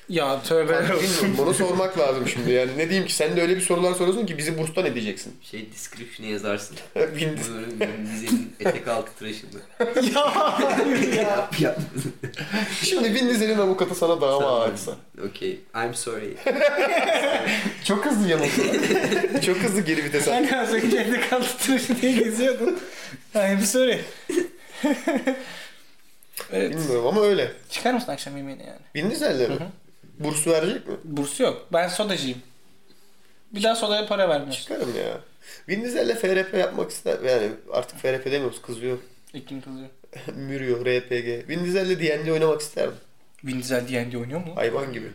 Ya tövbeler olsun. Bilmiyorum, bunu sormak lazım şimdi. Yani ne diyeyim ki, sen de öyle bir sorular soruyorsun ki bizi burstan edeceksin. Şey description'a yazarsın. Vin Böyle Diesel'in etek altı tıraşını. Ya. Şimdi Vin Diesel'in avukatı sana dava açsa. Okay, I'm sorry. Çok hızlı yanıldı. Çok hızlı geri vites attı. Hani az önce elde kaldı tıraşı diye geziyordun. I'm sorry. Evet. Bilmiyorum ama öyle. Çıkar mısın akşam yemeğine yani? Vin Diesel'le mi? Burs verecek mi? Bursu yok. Ben sodacıyım. Bir daha sodaya para vermez. Çıkarım ya. Vin Diesel'le FRP yapmak ister. Yani artık FRP demiyoruz, kızıyor. İlk kızıyor. Mürüyor, RPG. Vin Diesel'le D&D oynamak isterdim. Vin Diesel D&D oynuyor mu? Hayvan gibi.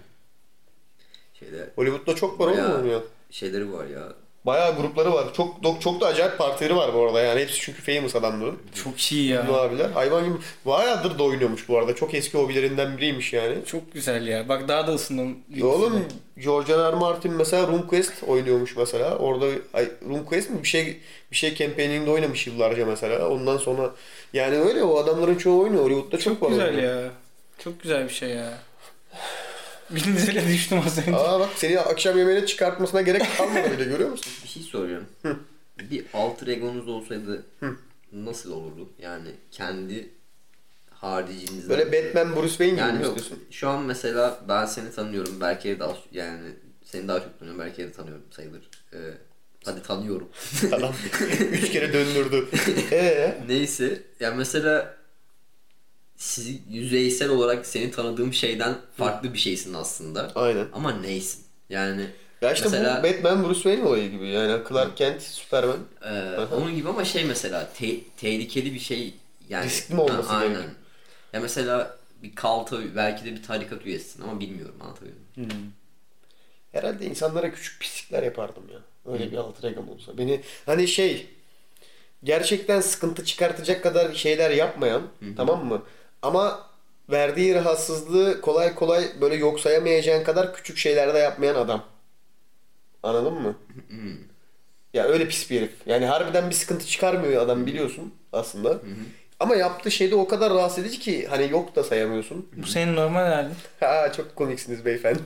Şeyde Hollywood'da çok var Bayağı- oğlum oynuyor. şeyleri var ya. Bayağı grupları var. Çok da acayip partileri var bu arada yani. Hepsi çünkü famous adamların. Çok iyi ya. Ünlü abiler. Hayvan gibi. Bayağıdır da oynuyormuş bu arada. Çok eski hobilerinden biriymiş yani. Çok güzel ya. Bak daha da ısındım. Oğlum George R. R. Martin mesela RuneQuest oynuyormuş mesela. Orada RuneQuest mi bir şey campaign'inde oynamış yıllarca mesela. Ondan sonra yani öyle o adamların çoğu oynuyor. Hollywood'da çok var. güzel oynuyor. ya. Çok güzel bir şey ya. Vin Diesel'e düştüm az önce. Aa bak seni akşam yemeğine çıkartmasına gerek kalmadı bile, görüyor musun? Bir şey soruyorum. Bir alter egonuz olsaydı nasıl olurdu? Yani kendi haricinizde. Böyle Batman, Bruce Wayne gibi yani mi yok. istiyorsun? Şu an mesela ben seni tanıyorum. Berke'yi daha yani seni daha çok tanıyorum. Berke'yi de tanıyorum sayılır. Hadi tanıyorum. Adam 3 kere döndürdü. Neyse. Yani mesela sizi yüzeysel olarak seni tanıdığım şeyden farklı bir şeysin aslında. Aynen. Ama neysin? Yani Ya işte mesela, bu Batman, Bruce Wayne olayı gibi yani. Clark Kent, Superman. onun gibi ama şey mesela tehlikeli bir şey yani. Riskli mi olması Aynen. gerekiyor? Ya mesela bir kalta belki de bir tarikat üyesisin ama bilmiyorum, anlatabiliyor muyum? Herhalde insanlara küçük pislikler yapardım ya. Öyle bir alter egom olsa. Beni hani gerçekten sıkıntı çıkartacak kadar şeyler yapmayan, tamam mı? Ama verdiği rahatsızlığı kolay kolay böyle yok sayamayacağın kadar küçük şeyler de yapmayan adam. Anladın mı? Ya öyle pis bir herif. Yani harbiden bir sıkıntı çıkarmıyor adam, biliyorsun aslında. Ama yaptığı şey de o kadar rahatsız edici ki hani yok da sayamıyorsun. Bu senin normal halin. Ha çok komiksiniz beyefendi.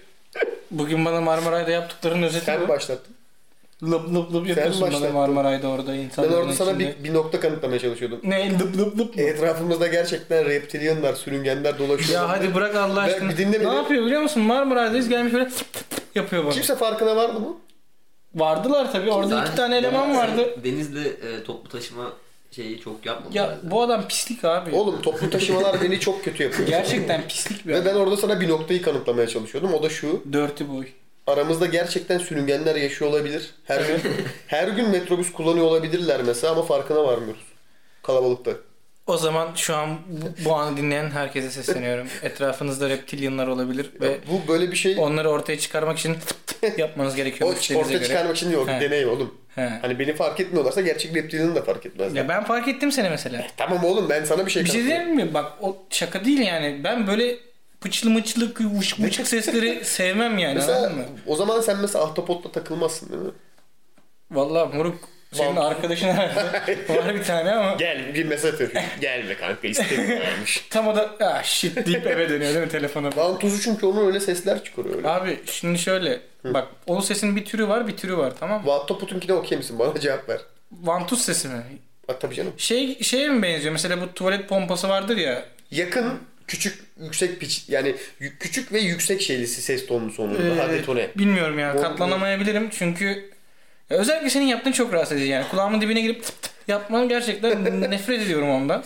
Bugün bana Marmaray'da yaptıklarının özeti Sen bu. başlattın. Lıp lıp lıp yapıyorsun bana başlattın. Marmaray'da orada Ben insanların orada sana içinde. bir nokta kanıtlamaya çalışıyordum. Ne lıp lıp lıp mı? Etrafımızda gerçekten reptilianlar, sürüngenler dolaşıyor. Ya hadi bırak Allah Ve aşkına. bir dinle Ne beni. yapıyor biliyor musun? Marmaray'dayız gelmiş böyle yapıyor bana. Kimse farkına vardı mı? Vardılar tabii. Orada Zaten- iki tane eleman vardı. Deniz'de toplu taşıma şeyi çok yapmamış. Ya herhalde. bu adam pislik abi. Oğlum toplu taşımalar beni çok kötü yapıyor. Gerçekten pislik bir Ve adam. ben orada sana bir noktayı kanıtlamaya çalışıyordum. O da şu. Dirty boy. Aramızda gerçekten sürüngenler yaşıyor olabilir. Her gün metrobüs kullanıyor olabilirler mesela ama farkına varmıyoruz. Kalabalıkta. O zaman şu an bu anı dinleyen herkese sesleniyorum. Etrafınızda reptilyanlar olabilir ve Bu böyle bir şey. onları ortaya çıkarmak için yapmanız gerekiyor. O ortaya çıkarmak için yok. He. Deney oğlum. He. Hani beni fark etmiyorlarsa gerçek reptilianı da fark etmezler. Ya ben fark ettim seni mesela. Tamam oğlum, ben sana bir şey Bir şey kanıtlıyorum. diyeyim mi? Bak o şaka değil yani. Ben böyle pıçlı mıçlı vışık vışık sesleri sevmem yani, Mesela anladın mı? o zaman sen mesela ahtapotla takılmazsın değil mi? Vallahi moruk senin Vallahi. arkadaşın herhalde var bir tane ama Gel bir mesaj atıyor. Gelme kanka, istemiyorlarmış. tam o da ah shit deyip eve dönüyor değil mi telefona? Vantuzu çünkü onun öyle sesler çıkarıyor öyle. Abi şimdi şöyle bak o sesin bir türü var tamam mı? Ahtapot'unkine okey misin? Bana cevap ver. Vantuz sesi mi? Bak tabii canım. Şeye mi benziyor? Mesela bu tuvalet pompası vardır ya. Yakın, küçük, yüksek pitch, yani küçük ve yüksek şeylisi ses tonunu sonunda. Hadi tone. Bilmiyorum ya. Bu- Katlanamayabilirim çünkü özellikle senin yaptığın çok rahatsız edici yani. Kulağımın dibine girip tıp tıp yapman gerçekten nefret ediyorum ondan.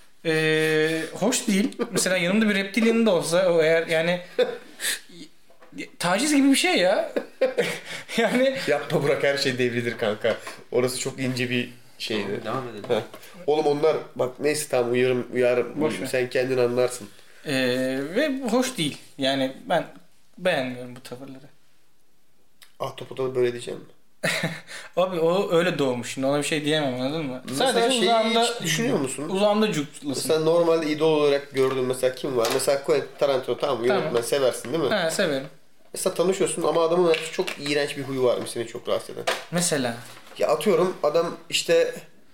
Hoş değil. Mesela yanımda bir reptilyanın da olsa o eğer yani taciz gibi bir şey ya. Yani Yapma Burak, her şey devrilir kanka. Orası çok ince bir şeydi. Devam edelim. Heh. Oğlum onlar bak neyse tamam uyarım. Boş ver. Sen kendin anlarsın. ve hoş değil. Yani ben beğenmiyorum bu tavırları. Ahtapot'a da böyle diyeceğim. Abi o öyle doğmuş şimdi ona bir şey diyemem, anladın mı? Mesela Sadece şeyi hiç düşünüyor musun? Uzağımda cuklasın. Sen normalde idol olarak gördüğün mesela kim var? Mesela Quentin Tarantino, tamam yönetmen, seversin değil mi? He severim. Mesela tanışıyorsun ama adamın çok iğrenç bir huyu varmış seni çok rahatsız eden. Mesela. Ya atıyorum adam işte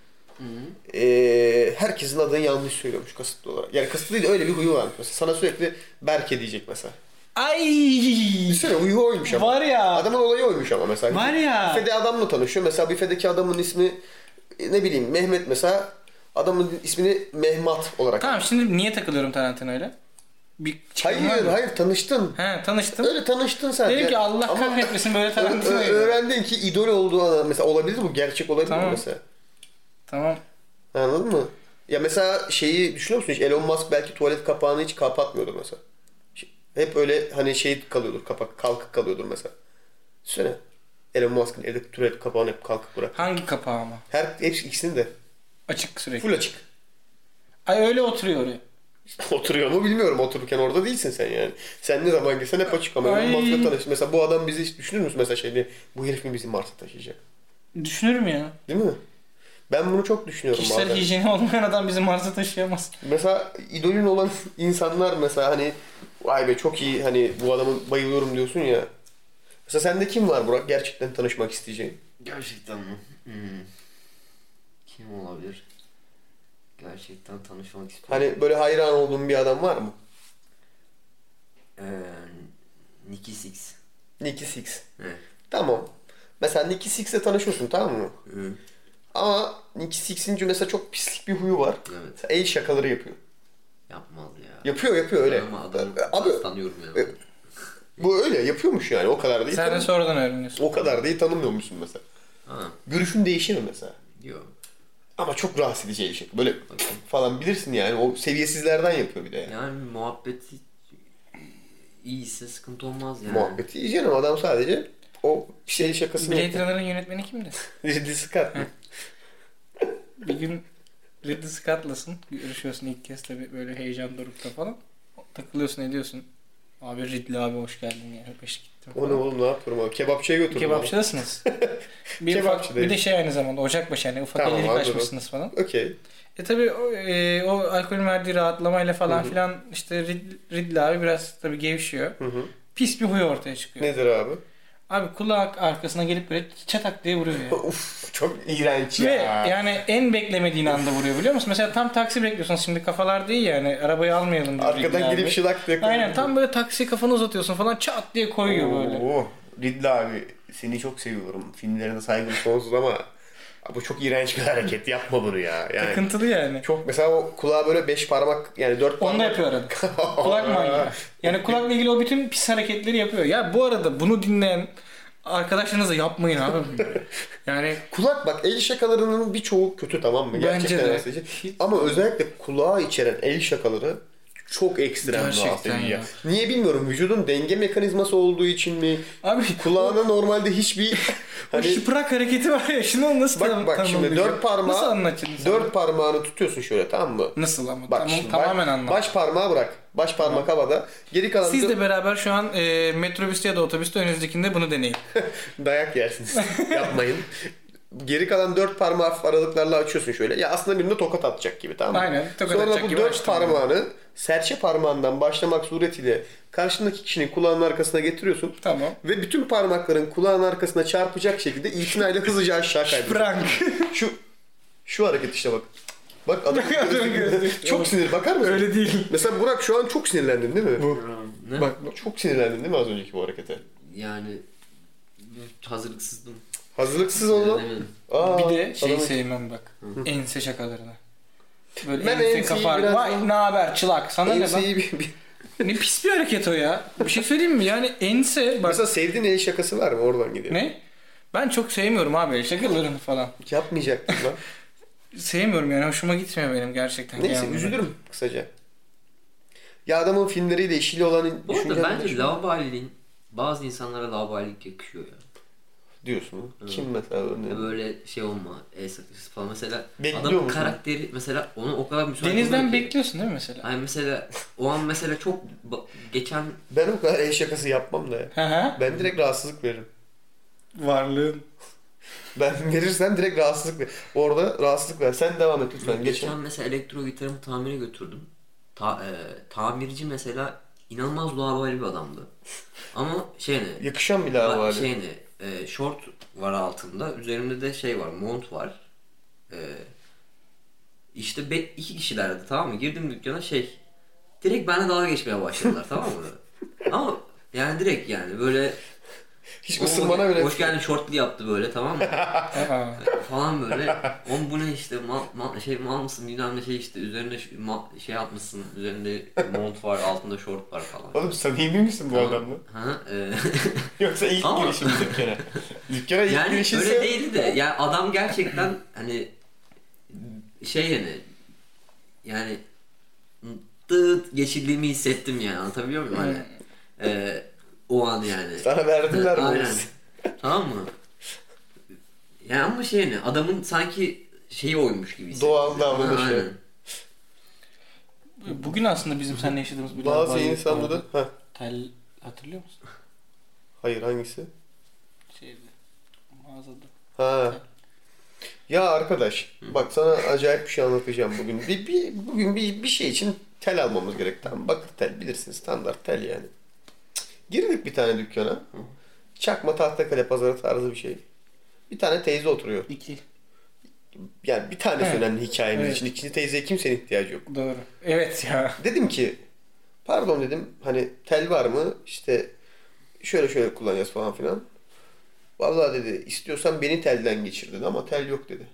herkesin adını yanlış söylüyormuş kasıtlı olarak. Yani kasıtlı değil, öyle bir huyu varmış. Mesela sana sürekli Berke diyecek mesela. Ay! Düşünsene huyu oymuş ama. Var ya. Adamın olayı oymuş ama mesela. Var ya. Büfede adamla tanışıyor. Mesela büfedeki adamın ismi ne bileyim Mehmet mesela. Adamın ismini Mehmet olarak. Tamam şimdi niye takılıyorum Tarantino'yla? Bir çıkarım var mı? Hayır tanıştın. He tanıştım. Öyle tanıştın sadece. Dedim ki Allah Ama kahretmesin böyle Tarantino'yu. öğrendin ki idol olduğu adam mesela olabilir mi? Gerçek olabilir mi Tamam. mesela? Tamam. Anladın mı? Ya mesela şeyi düşünüyor musun hiç? Elon Musk belki tuvalet kapağını hiç kapatmıyordur mesela. Hep öyle hani şey kalıyordur, kapak kalkık kalıyordur mesela. Düşünsene. Elon Musk'ın evdeki tuvalet kapağını hep kalkık bırak. Hangi kapağı ama? Hepsi ikisini de. Açık sürekli. Full açık. Ay öyle oturuyor oraya. Oturuyor mu bilmiyorum. Otururken orada değilsin sen yani. Sen ne zaman girsen hep açık ama. Ay. Elon Musk'la tanıştın. Mesela bu adam bizi hiç düşünür müsün mesela şeyde? Bu herif mi bizi Mars'a taşıyacak? Düşünürüm ya. Değil mi? Ben bunu çok düşünüyorum Kişisel bazen. hijyeni olmayan adam bizi Mars'a taşıyamaz. Mesela idolün olan insanlar mesela hani vay be çok iyi hani bu adamın bayılıyorum diyorsun ya. Mesela sende kim var Burak gerçekten tanışmak isteyeceğin? Gerçekten mi? Kim olabilir? Gerçekten tanışmak istiyorum. Hani böyle hayran olduğun bir adam var mı? Nicky Six. Nicky Six. Evet. Tamam. Mesela Nicky Six'le tanışıyorsun tamam mı? Hı. Ama Nicky Six'in mesela çok pislik bir huyu var. Evet. Mesela el şakaları yapıyor. Yapmaz ya. Yapıyor öyle. Ama adamı Abi tanıyorum ya. bu öyle yapıyormuş yani o kadar değil. Sen de sonradan öğreniyorsun. O kadar değil tanımıyormuşsun mesela. Ha. Görüşün değişir mi mesela? Yok. Ama çok rahatsız edici el şaka. Böyle falan bilirsin yani. O seviyesizlerden yapıyor bir de yani. Yani muhabbeti iyiyse sıkıntı olmaz yani. Muhabbeti yiyeceksin ama adam sadece o el şakasını Blade yapıyor. Runner'ın yönetmeni kimdi? Ridley Scott mı? Bir gün Ridley Scott'lasın. Görüşüyorsun ilk kez tabii böyle heyecan dorukta falan. Takılıyorsun ediyorsun. Abi Ridley abi hoş geldin yani. Peş gittim O ne falan. oğlum ne yapıyorum abi? Kebapçıya götürdüm. Kebapçıdasınız. bir, Kebapçı ufak, değil. bir de şey aynı zamanda Ocakbaşı yani ufak Tamam, evlilik anladım. açmışsınız falan. Okey. Tabii o alkolün verdiği rahatlamayla falan filan işte Ridley abi biraz tabii gevşiyor. Hı hı. Pis bir huy ortaya çıkıyor. Nedir abi? Abi kulak arkasına gelip böyle çatak diye vuruyor ya. Uf çok iğrenç Ve ya. yani en beklemediğin anda vuruyor biliyor musun? Mesela tam taksi bekliyorsun şimdi kafalar değil yani arabayı almayalım diyor Ridley Arkadan abi. girip şılak diye Aynen tam böyle taksi kafanı uzatıyorsun falan çat diye koyuyor böyle. Oo, Ridley abi seni çok seviyorum. Filmlerine saygım sonsuz ama bu çok iğrenç bir hareket. Yapma bunu ya. Yani Takıntılı yani. çok mesela o kulağa böyle 5 parmak yani 4 parmak. Onu da yapıyor arada. Kulak manyağı. Yani kulakla ilgili o bütün pis hareketleri yapıyor. Ya bu arada bunu dinleyen arkadaşlarınızla yapmayın abi. Yani Kulak bak el şakalarının birçoğu kötü tamam mı? Bence Gerçekten de. rahatsız edici. Ama özellikle kulağı içeren el şakaları çok ekstrem Gerçekten rahatsız edici. ya. Niye bilmiyorum. Vücudun denge mekanizması olduğu için mi? abi Kulağına normalde hiçbir o hani şıprak hareketi var ya şunu nasıl bak şimdi tanımlayacağım? dört parmağı Nasıl anlatacaksın sen? dört parmağını tutuyorsun şöyle tamam mı? Nasıl ama? Bak Tamam, şimdi tamamen anlam. baş parmağı bırak. Baş parmak havada. Geri kalan Siz de beraber şu an metrobüste ya da otobüste önünüzdekinde bunu deneyin. dayak yersiniz. Yapmayın. Geri kalan 4 parmağı hafif aralıklarla açıyorsun şöyle. Ya aslında birine tokat atacak gibi tamam mı? Aynen, tokat Sonra atacak bu gibi 4 açtım parmağını serçe parmağından başlamak suretiyle karşındaki kişinin kulağının arkasına getiriyorsun. Tamam. Ve bütün parmakların kulağın arkasına çarpacak şekilde itinayla hızlıca aşağı kaydırıyorsun. Frank. Şu hareket işte bak. Bak adam çok sinir. Bakar mısın? Öyle değil. Mesela Burak şu an çok sinirlendin değil mi? Ne? Bak çok sinirlendin değil mi az önceki bu harekete? Yani hazırlıksızdım. Hazırlıksız olma. Denemedim. Aa, Bir de şeyi adamın- sevmem bak. Ense şakalarını. Böyle Ben ense enseyi kafa. biraz- Vay ne haber çılak. Sana ne bak. Enseyi Ne pis bir hareket o ya. Bir şey söyleyeyim mi? Yani ense bak. Mesela sevdiğin el şakası var mı? Oradan gidelim. Ne? Ben çok sevmiyorum abi şakalarını falan. Yapmayacaktım lan. Sevmiyorum yani hoşuma gitmiyor benim gerçekten. Neyse genel olarak. üzülürüm kısaca. Ya adamın filmleriyle işiyle olan Bu arada düşüncem bence laubali'nin bazı insanlara laubalilik yakışıyor ya. diyorsun. Kim mesela Ya örneğin? böyle şey olma, el sakıncası falan. Mesela Bekliyor adamın musun? karakteri mesela onu o kadar müsait Denizden oluyor ki. bekliyorsun değil mi mesela? Hani mesela o an mesela çok geçen Ben o kadar el şakası yapmam da ya. Hı hı. Ben direkt rahatsızlık veririm. Varlığın. Ben verirsem direkt rahatsızlık ver. Orada rahatsızlık ver. Sen devam et lütfen. geçen mesela elektro gitarımı tamire götürdüm. Tamirci mesela inanılmaz laubali bir adamdı. Ama şey ne? Yakışan bir lavabo. Şey ne? Şort var altında. Üzerimde de şey var. Mont var. İşte iki kişilerdi tamam mı? Girdim dükkana şey. Direkt benimle dalga geçmeye başladılar tamam mı? Ama yani direkt yani böyle Hiç ısınmana bile. hoş geldin şortlu yaptı böyle, tamam mı? Aa. Falan böyle. Oğlum bu ne işte mal mısın bilmem ne şey işte üzerinde şey yapmışsın, üzerinde mont var, altında şort var falan. Oğlum samimi misin bu adamla? Ha, Yoksa ilk Ama- girişim dükkana. Dükkana ilk yani girişinse... öyle değildi de yani adam gerçekten hani şey yani dıt geçirdiğimi hissettim yani, anlatabiliyor muyum hani o an yani. Sana verdiler mi? Aynen. Tamam mı? Yani ama adamın sanki şeyi oymuş gibi hissettim. Doğal davranışı. Aynen. Bugün aslında bizim seninle yaşadığımız bir Bazı olay insanlarda... vardı. Ha. Tel hatırlıyor musun? Hayır, hangisi? Şeyde, mağazada. Ha. Ya arkadaş, bak sana acayip bir şey anlatacağım bugün. Bugün bir şey için tel almamız gerek. Tamam, bakır tel bilirsiniz, standart tel yani. Girdik bir tane dükkana. Çakma Tahtakale pazarı tarzı bir şey. Bir tane teyze oturuyor. 2. Yani bir tanesi Evet. önemli hikayemiz Evet. için. İkinci teyzeye kimsenin ihtiyacı yok. Doğru. Evet ya. Dedim ki, pardon dedim, hani tel var mı? İşte şöyle kullanacağız falan filan. Vallahi dedi, istiyorsan beni telden geçir dedi ama tel yok dedi.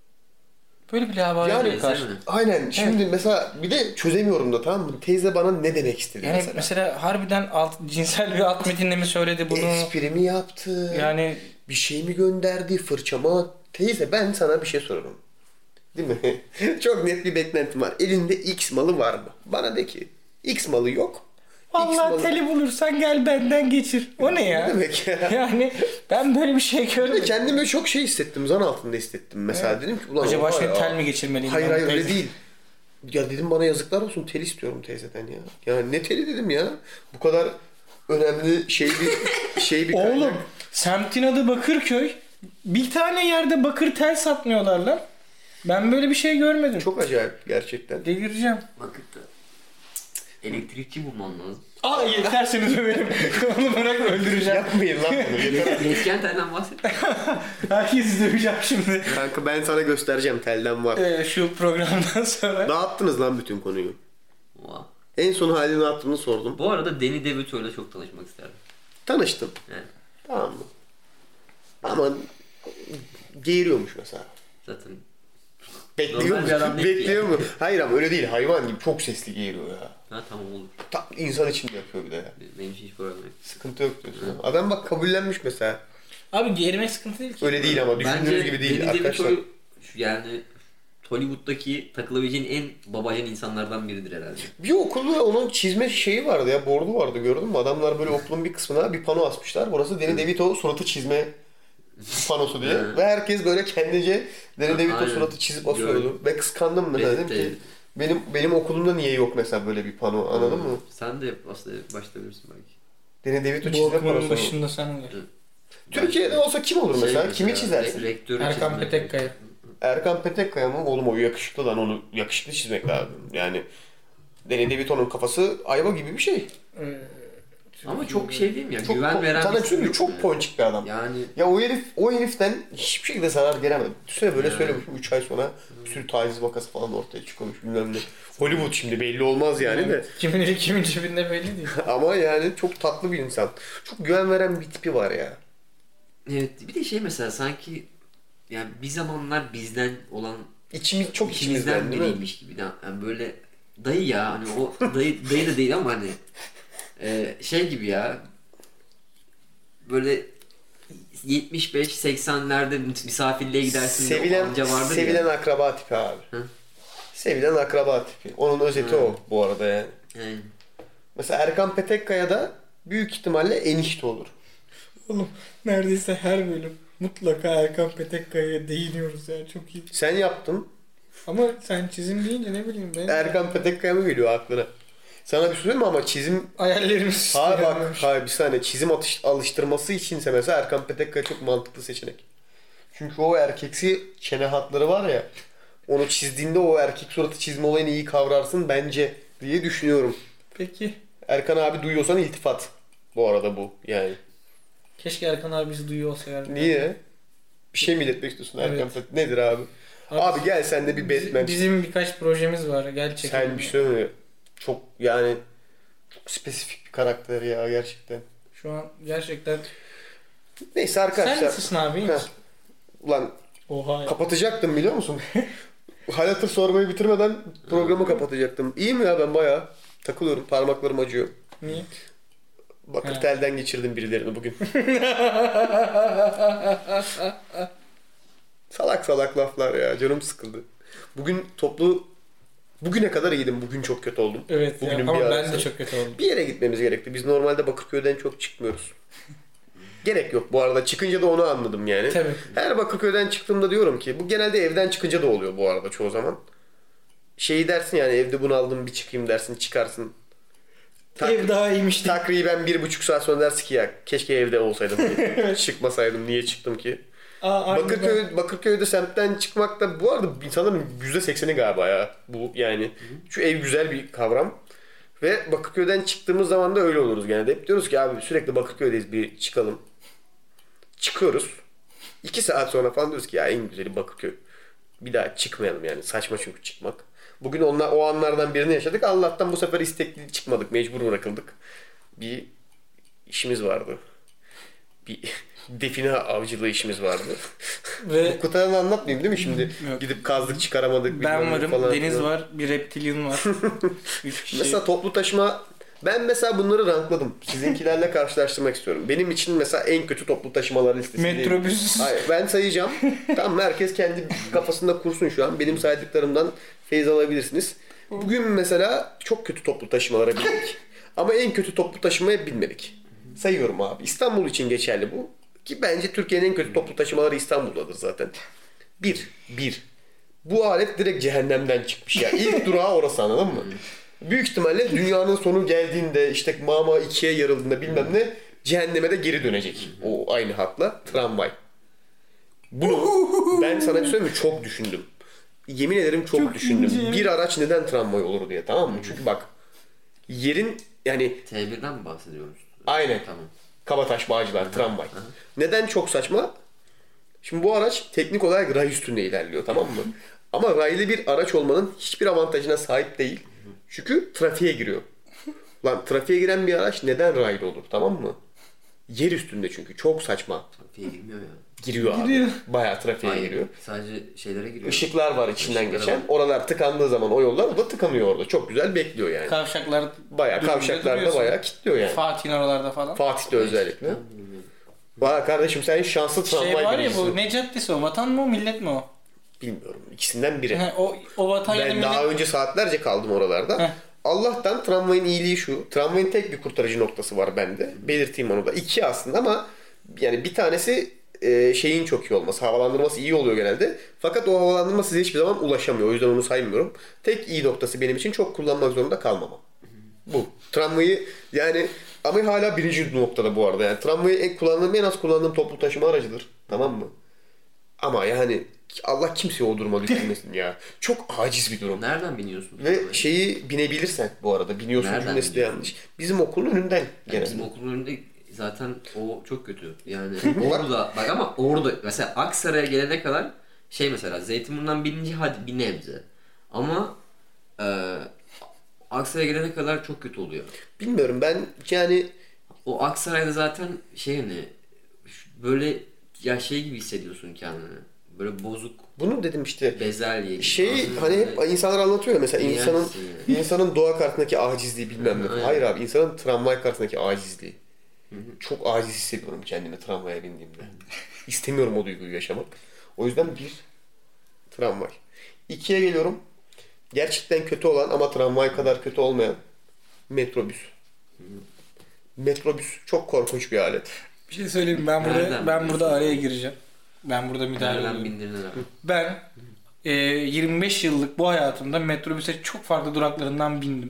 Böyle bir laubali Yani- yani, karşı. Aynen. Şimdi mesela bir de çözemiyorum da, tamam mı? Teyze bana ne demek istedi Yani mesela? mesela harbiden cinsel bir alt metinle mi söyledi bunu? Espri mi yaptı? Yani Bir şey mi gönderdi? Fırçama. Teyze ben sana bir şey sorarım. Değil mi? Çok net bir beklentim var. Elinde X malı var mı? Bana de ki X malı yok. X vallahi malı... teli bulursan gel benden geçir. O ne ya? Ne demek ya? Yani ben böyle bir şey Ve görmedim. kendimi çok şey hissettim. Zan altında hissettim. Mesela dedim ki ulan Acaba oha şimdi ya. tel mi geçirmeliyim? Hayır ben hayır öyle teyze? değil. Ya dedim bana yazıklar olsun, tel istiyorum teyzeden ya. Ya ne teli dedim ya. Bu kadar önemli bir Oğlum kaynak. semtin adı Bakırköy. Bir tane yerde bakır tel satmıyorlar lan. Ben böyle bir şey görmedim. Çok acayip gerçekten. Delireceğim. Vakıtta elektrikçi bulman lazım. Aa yeter seni döverim. Onu bırak öldüreceğim. Yapmayın lan bunu. Yeter. Etken telden bahset. Herkesi döveceğim şimdi. Kanka ben sana göstereceğim, telden var. Şu programdan sonra. Dağıttınız lan bütün konuyu. Wow. En son halini ne yaptığını sordum. Bu arada Danny DeVito ile çok tanışmak isterdim. Tanıştım. Evet. Tamam mı? Ama geğiriyormuş mesela. Zaten Bekliyor Normal mu? bir adam değil ki Bekliyor ya. mu? Hayır ama öyle değil. Hayvan gibi çok sesli geğiriyor ya. tamam olur. Tam insan için yapıyor bir de ya. Benim için hiç problem yok. Sıkıntı yok diyorsun. Adam bak kabullenmiş mesela. Abi geğirmek sıkıntı değil ki. Öyle değil ama düşündüğünüz gibi değil Danny arkadaşlar. DeVito yani Hollywood'daki takılabileceğin en babacan insanlardan biridir herhalde. Bir okulda onun çizme şeyi vardı ya, bordu vardı, gördün mü? Adamlar böyle okulun bir kısmına bir pano asmışlar. Burası Danny DeVito suratı çizme panosu diye. Hı. Ve herkes böyle kendince Danny DeVito Aynen. suratı çizip asıyordu. Gördüm. Ve kıskandım mesela, Evet, dedim ki evet. benim okulumda niye yok mesela böyle bir pano, anladın mı? Sen de aslında başlayabilirsin belki. Danny DeVito Bu çizme okumanın panosu. başında sen gel. Türkiye'de olsa kim olur mesela? Kimi mesela, çizersin? Rektörü Erkan çizmek. Petekkaya. Erkan Petekkaya mı? Oğlum o yakışıklı lan, onu yakışıklı çizmek lazım. Yani Danny DeVito'nun kafası ayva gibi bir şey. Ama çok şey değil mi ya? Çok Güven veren sana bir bir şey mi? yok Çok yani. ponçik bir adam. Yani Ya o heriften hiçbir şekilde zarar gelemedi. Düşünsene böyle söylemişim 3 ay sonra bir sürü taciz vakası falan ortaya çıkıyormuş bilmem ne. Hollywood şimdi belli olmaz yani de. Kimin eli kimin cebinde belli değil. Ama yani çok tatlı bir insan. Çok güven veren bir tipi var ya. evet, bir de şey mesela sanki yani bir zamanlar bizden olan Çok içimizden içimizden değil mi? biriymiş gibi. Yani böyle dayı ya hani o dayı da değil ama hani şey gibi ya böyle 75-80'lerde misafirliğe gidersin de o amca vardır Sevilen ya. akraba tipi abi. Hı. Sevilen akraba tipi. Onun özeti Hı. o bu arada yani. Yani, Mesela Erkan Petekkaya da büyük ihtimalle enişte olur. Oğlum neredeyse her bölüm mutlaka Erkan Petekkaya'ya değiniyoruz ya, çok iyi. Sen yaptın. Ama sen çizim deyince ne bileyim ben. Erkan Petekkaya mı geliyor aklına? Sana bir şey söyleyeyim mi ama çizim... Hayallerimiz Hayır bak, yanlış. hayır bir saniye. Çizim alıştırması içinse mesela Erkan Petekkaya çok mantıklı seçenek. Çünkü o erkeksi çene hatları var ya, onu çizdiğinde o erkek suratı çizme olayını iyi kavrarsın bence diye düşünüyorum. Peki. Erkan abi duyuyorsan iltifat. Bu arada bu yani. Keşke Erkan abi bizi duyuyor olsa yani. Niye? Bir şey mi iletmek istiyorsun Erkan Evet. Petekkaya? Nedir abi? Abi gel sen de bir Batman. Bizim birkaç projemiz var gerçekten. Sen bir şey söyle. Çok yani Spesifik bir karakter ya gerçekten. Şu an gerçekten... Neyse Sen arkadaşlar. nasılsın abi? İyi Heh. misin? Ulan Oha ya. kapatacaktım biliyor musun? Hal hatır sormayı bitirmeden programı kapatacaktım. İyiyim ya ben bayağı takılıyorum. Parmaklarım acıyor. Niye? Bakır He. telden geçirdim birilerini bugün. Salak salak laflar ya. Canım sıkıldı. Bugün bugüne kadar iyiydim. Bugün çok kötü oldum. Evet ya. Bugünün Ama bir ben arası. de çok kötü oldum. Bir yere gitmemiz gerekti. Biz normalde Bakırköy'den çok çıkmıyoruz. Gerek yok bu arada. Çıkınca da onu anladım yani. Tabii. Her Bakırköy'den çıktığımda diyorum ki bu genelde evden çıkınca da oluyor bu arada çoğu zaman. Şeyi dersin yani evde bunu aldım bir çıkayım dersin çıkarsın. Ev daha iyiymiş diye. Takriben 1,5 saat sonra dersin ki ya keşke evde olsaydım. Çıkmasaydım niye çıktım ki? Aynı ben. Bakırköy'de semtten çıkmak da bu arada insanların %80'i galiba ya bu yani. Şu ev güzel bir kavram. Ve Bakırköy'den çıktığımız zaman da öyle oluruz genelde. Hep diyoruz ki abi sürekli Bakırköy'deyiz bir çıkalım. Çıkıyoruz. 2 saat sonra falan diyoruz ki ya en güzeli Bakırköy. Bir daha çıkmayalım yani. Saçma çünkü çıkmak. Bugün o anlardan birini yaşadık. Allah'tan bu sefer istekli çıkmadık. Mecbur bırakıldık. Bir işimiz vardı. Bir define avcılığı işimiz vardı. Ve Bu kadarını anlatmayayım değil mi şimdi? Yok. Gidip kazdık çıkaramadık. ben bilmem ne varım, falan Deniz filan. var, bir reptilyon var. 3 kişi. Mesela toplu taşıma ben mesela bunları rankladım. Sizinkilerle karşılaştırmak istiyorum. Benim için mesela en kötü toplu taşımalar listesi değil. Metrobüs. Hayır ben sayacağım. Tamam herkes kendi kafasında kursun şu an. Benim saydıklarımdan feyz alabilirsiniz. Bugün mesela çok kötü toplu taşımalara bindik. Ama en kötü toplu taşımaya binmedik. Sayıyorum abi. İstanbul için geçerli bu. Ki bence Türkiye'nin en kötü toplu taşımaları İstanbul'dadır zaten. Bir. Bu alet direkt cehennemden çıkmış ya. İlk durağı orası anladın mı? Büyük ihtimalle dünyanın sonu geldiğinde işte Mama ikiye yarıldığında bilmem ne cehenneme de geri dönecek. O aynı hatla tramvay. Bunu ben sana bir söyleyeyim mi? Çok düşündüm. Yemin ederim çok düşündüm. ince. Bir araç neden tramvay olur diye tamam mı? Çünkü bak yerin yani T1'den mi bahsediyoruz? aynen Tamam. Kabataş Bağcılar tramvay. Neden çok saçma? Şimdi bu araç teknik olarak ray üstünde ilerliyor tamam mı? Ama raylı bir araç olmanın hiçbir avantajına sahip değil. Çünkü trafiğe giriyor. Lan trafiğe giren bir araç neden raylı olur tamam mı? Yer üstünde çünkü çok saçma. Trafiğe girmiyor ya. Giriyor Giriyor. abi. Bayağı trafiğe Hayır, giriyor. sadece şeylere giriyor. Işıklar var içinden Işıkları geçen. var. Oralar tıkandığı zaman o yollar o da tıkanıyor orada. Çok güzel bekliyor yani. Kavşaklar. Bayağı dümdüz kavşaklarda duruyorsun. bayağı kilitliyor yani. Fatih'in oralarda falan. Fatih'te özellikle. Vay kardeşim sen şanslı tramvay Şey var ya birincisin. bu ne caddesi o? Vatan mı o millet mi o? Bilmiyorum. İkisinden biri. He, o vatan ya da Ben millet. daha önce saatlerce kaldım oralarda. Heh. Allah'tan tramvayın iyiliği şu. Tramvayın tek bir kurtarıcı noktası var bende. Belirteyim onu da. 2 aslında ama yani bir tanesi şeyin çok iyi olması. Havalandırması iyi oluyor genelde. Fakat o havalandırma size hiçbir zaman ulaşamıyor. O yüzden onu saymıyorum. Tek iyi noktası benim için çok kullanmak zorunda kalmamam. Bu. Tramvayı yani ama hala birinci noktada bu arada. Yani tramvayı en az kullandığım toplu taşıma aracıdır. Tamam mı? Ama yani Allah kimseye o duruma düşürmesin ya. Çok aciz bir durum. Nereden biniyorsun? Ve şeyi binebilirsen bu arada biniyorsun Nereden cümlesi de biniyorsun? yanlış. Bizim okulun önünden Yani genelde. bizim okulun önünde zaten o çok kötü. Yani Bak- orada bak ama orada mesela Aksaray'a gelene kadar şey mesela Zeytinburnu'ndan binince hadi bir nebze. Ama Aksaray'a gelene kadar çok kötü oluyor. Bilmiyorum ben yani O Aksaray'da zaten şey hani böyle ya şey gibi hissediyorsun kendini. Böyle bozuk bunu dedim işte. bezelye gibi. Şey Anladın mı? hani hep insanlar anlatıyor ya mesela İğrençsin insanın doğa karşısındaki acizliği bilmem ne. Aynen. Hayır abi insanın tramvay karşısındaki acizliği. Çok aciz hissediyorum kendimi tramvaya bindiğimde. İstemiyorum o duyguyu yaşamak. O yüzden bir tramvay. 2'ye geliyorum. Gerçekten kötü olan ama tramvay kadar kötü olmayan metrobüs. Metrobüs çok korkunç bir alet. Bir şey söyleyeyim mi? Ben burada Nereden biliyorsun? araya gireceğim. Ben burada müdahale Nereden ediyorum. bindirdin abi? Ben 25 yıllık bu hayatımda metrobüse çok farklı duraklarından bindim.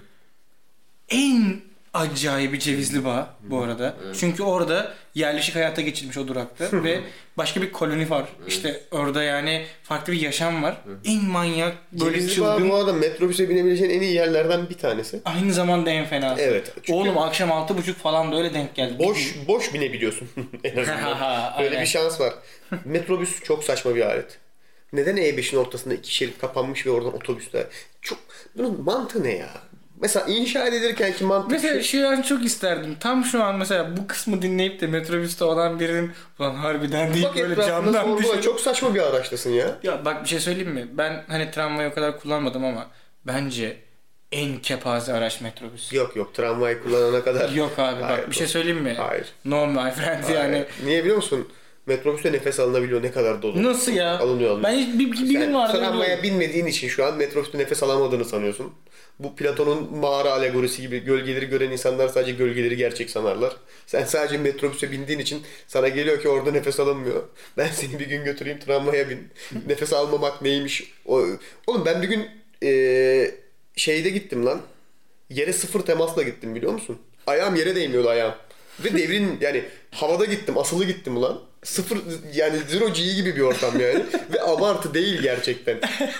En acayip Cevizli Bağ bu arada. Çünkü orada yerleşik hayata geçilmiş o durakta ve başka bir koloni var. İşte orada yani farklı bir yaşam var. En manyak böyle Cevizli Bağ çılgın. bu arada metrobüse binebileceğin en iyi yerlerden bir tanesi. Aynı zamanda en fenası. Evet. Çünkü Oğlum akşam 6.30 falan da öyle denk geldi. boş binebiliyorsun en azından. Böyle Aynen. bir şans var. Metrobüs çok saçma bir alet. Neden E5'in ortasında 2 şerit kapanmış ve oradan otobüsler? Bunun mantığı ne ya? Mesela inşa edilirken ki mantık Mesela şu an çok isterdim. Tam şu an mesela bu kısmı dinleyip de metrobüste olan birinin ulan harbiden değil bak böyle etrafında camdan sorgula. düşün. Çok saçma bir araçtasın ya. Ya bak bir şey söyleyeyim mi? Ben hani tramvayı o kadar kullanmadım ama bence en kepaze araç metrobüs. Yok tramvay kullanana kadar. Yok abi Hayır, bak bir şey söyleyeyim mi? Hayır. No my friend yani. Niye biliyor musun? Metrobüste nefes alınabiliyor, ne kadar dolu. Nasıl ya? Alınıyor. Ben hiç bir gün Sen vardı. tramvaya binmediğin için şu an metrobüste nefes alamadığını sanıyorsun. Bu Platon'un mağara alegorisi gibi gölgeleri gören insanlar sadece gölgeleri gerçek sanarlar. Sen sadece metrobüse bindiğin için sana geliyor ki orada nefes alınmıyor. Ben seni bir gün götüreyim tramvaya bin. Nefes almamak neymiş? Oğlum ben bir gün şeyde gittim lan. Yere sıfır temasla gittim biliyor musun? Ayağım yere değmiyordu ayağım. Ve devrin yani havada gittim, asılı gittim ulan. Sıfır yani zero G gibi bir ortam yani. Ve abartı değil gerçekten.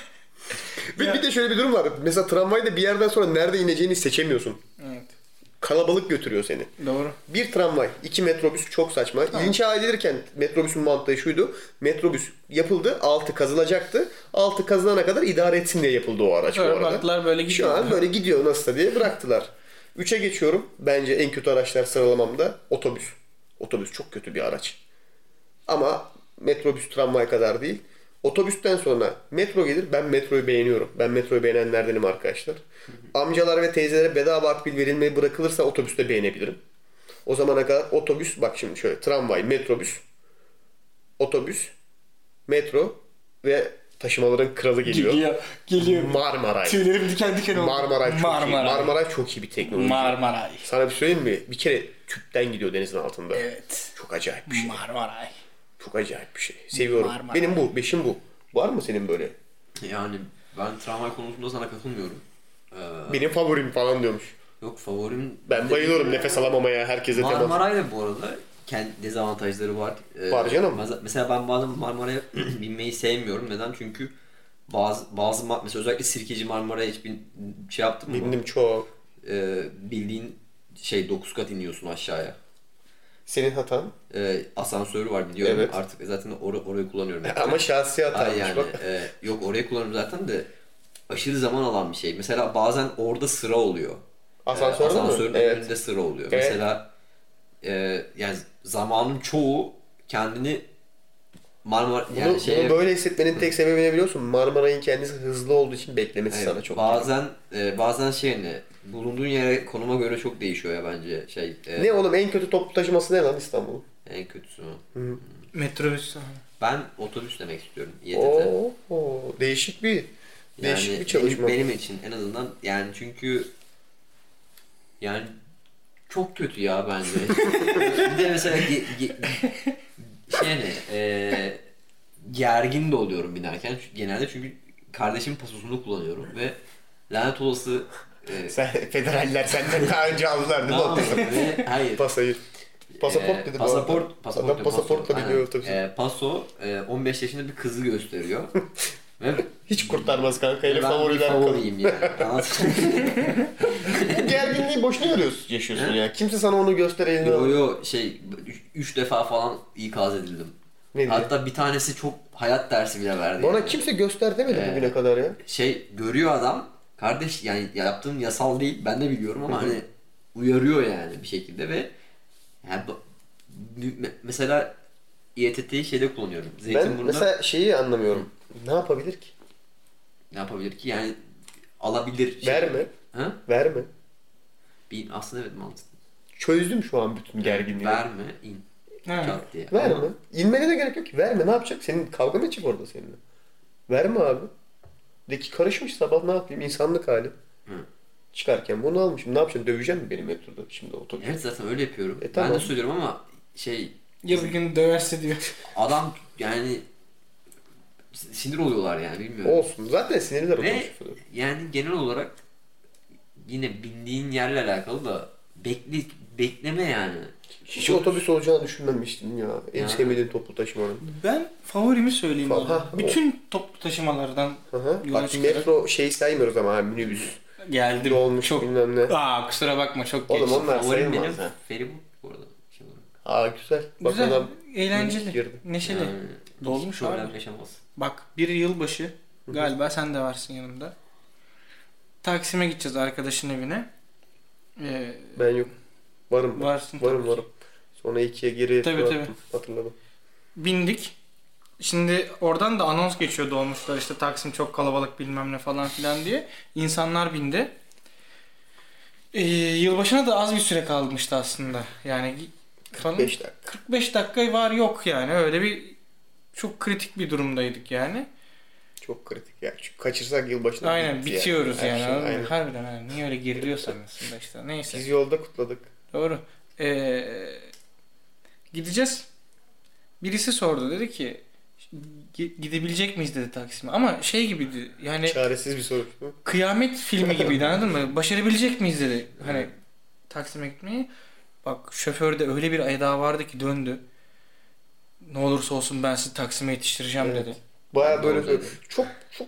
Ve bir de şöyle bir durum var. Mesela tramvayda bir yerden sonra nerede ineceğini seçemiyorsun. Evet. Kalabalık götürüyor seni. Doğru. Bir tramvay, 2 metrobüs çok saçma. İnşa edilirken metrobüsün mantığı şuydu. Metrobüs yapıldı, altı kazılacaktı. Altı kazılana kadar idare etsin diye yapıldı o araç bu Sonra arada. baktılar böyle gidiyor. Şu an böyle gidiyor nasılsa diye bıraktılar. 3'e geçiyorum. Bence en kötü araçlar sıralamamda otobüs. Otobüs çok kötü bir araç. Ama metrobüs tramvay kadar değil. Otobüsten sonra metro gelir. Ben metroyu beğeniyorum. Ben metroyu beğenenlerdenim arkadaşlar. Amcalar ve teyzelere bedava akbil verilmeyi bırakılırsa otobüste beğenebilirim. O zamana kadar otobüs, bak şimdi şöyle tramvay, metrobüs, otobüs, metro ve taşımaların kralı geliyor. Geliyor. Marmaray. Tüylerim diken diken oldu. Marmaray çok iyi. Marmaray çok iyi bir teknoloji. Marmaray. Sana bir söyleyeyim mi? Bir kere tüpten gidiyor denizin altında. Evet. Çok acayip bir şey. Marmaray. Çok acayip bir şey. Seviyorum. Marmaray. Benim bu. Beşim bu. Var mı senin böyle? Yani ben tramvay konusunda sana katılmıyorum. Benim favorim falan diyormuş. Yok favorim... Ben bayılıyorum nefes alamamaya, herkese temas. Marmaray'la bu arada kendi dezavantajları var. Var canım. Mesela ben bazen Marmaray'a binmeyi sevmiyorum. Neden? Çünkü mesela özellikle Sirkeci Marmaray'a hiç şey yaptın mı? Bindim çok. Bildiğin 9 kat iniyorsun aşağıya. Senin hatan. Asansörü var biliyorum. Evet. Artık zaten orayı kullanıyorum. Ama şahsi hataymış yani, bak. yok orayı kullanıyorum zaten de aşırı zaman alan bir şey. Mesela bazen orada sıra oluyor. Asansörde mi? Asansörün Evet. önünde sıra oluyor. Evet. Mesela yani zamanın çoğu kendini Bunu böyle hissetmenin tek sebebi ne biliyorsun? Marmaray'ın kendisi hızlı olduğu için beklemesi sana çok bazen bulunduğun yere konuma göre çok değişiyor ya bence Ne oğlum en kötü toplu taşıması ne lan İstanbul'un? en kötüsü mü? Metrobüs. Ben otobüs demek istiyorum. İETT. Değişik bir Yani çalışma. benim için en azından yani çünkü yani çok kötü ya bence. Bir de mesela gergin de oluyorum binerken genelde çünkü kardeşimin pasosunu kullanıyorum ve lanet olası Sen federaller senden daha önce aldılar değil mi? tamam, hayır. Pasayı. Pasaport dedi bu arada. Adam pasaportla biniyor otobüse. Paso 15 yaşında bir kızı gösteriyor. Ve Hiç kurtarmaz kanka. Hele ben bir favoriler kalır. favoriyim yani. Bu gerginliği boşuna yaşıyorsun ya. Kimse sana onu göstereyim. Yo 3 defa falan ikaz edildim. Ne diye? Hatta bir tanesi çok hayat dersi bile verdi. Bana yani. kimse göster demedi bugüne kadar ya. Görüyor adam. Kardeş yani yaptığım yasal değil ben de biliyorum ama hani uyarıyor yani bir şekilde ve yani mesela İETT'yi kullanıyorum. Ben Zeytinburnu'da mesela şeyi anlamıyorum. Ne yapabilir ki? ne yapabilir ki? Yani alabilir. Verme. Ha? Verme. Aslında evet mantıklı. Çözdüm şu an bütün gerginliği. Verme, in. Ha. Çat diye. Verme. Ama İnmene de gerek yok ki. Verme. Ne yapacak? Senin kavga mı edecek orada seninle? Verme abi. De ki karışmış sabah ne yapayım? İnsanlık hali. Hı. Çıkarken bunu almışım. Ne yapacağım? Döveceğim mi benim metroda şimdi otobüs? evet zaten öyle yapıyorum. Tamam. Ben de söylüyorum ama Ya bir gün döverse diyor. adam yani sinir oluyorlar yani bilmiyorum. Olsun. Zaten sinirler Ve otobüs. yani genel olarak yine bindiğin yerle alakalı da bekleme yani. Hiç otobüs olacağını düşünmemiştim ya. En Yani. sevmediğim toplu taşımanın. Ben favorimi söyleyeyim abi. Ha, Bütün toplu taşımalardan Aha. yola Bak çıkarak metro saymıyoruz ama ha, minibüs. geldim. Olmuş Çok. bilmem ne. Kusura bakma çok Oğlum geç. onlar Favorim benim sayılmaz ha. feribot bu arada. Olarak. Güzel. Bak Güzel, adam eğlenceli, girdi. neşeli. Yani Dolmuş hiç problem abi. yaşamaz. Bak bir yılbaşı galiba sen de varsın yanımda. Taksim'e gideceğiz arkadaşın evine. Ben yok. Varım. Varsın Varım tabii ki. varım. Sonra 2'ye geri Tabii, tur tabii. attım. Hatırladım. Bindik. Şimdi oradan da anons geçiyor dolmuşlar işte Taksim çok kalabalık bilmem ne falan filan diye. İnsanlar bindi. Yılbaşına da az bir süre kalmıştı aslında. Yani 45 dakika. 45 dakika var yok yani. Öyle bir çok kritik bir durumdaydık yani. Çok kritik ya. Çünkü kaçırsak yılbaşını Aynen bitti bitiyoruz Her yani. şey, Anladın mı? aynen. Harbiden aynen. Niye öyle geriliyorsan aslında işte. Neyse. Biz yolda kutladık. Doğru. Gideceğiz. Birisi sordu dedi ki gidebilecek miyiz dedi Taksim'e. Ama şey gibiydi yani Çaresiz bir soru. Hı? kıyamet filmi gibiydi anladın mı? Başarabilecek miyiz dedi. Hani Taksim'e gitmeyi. Bak şoförde öyle bir eda vardı ki döndü. Ne olursa olsun ben sizi Taksim'e yetiştireceğim Evet. dedi. Baya böyle Doğru. çok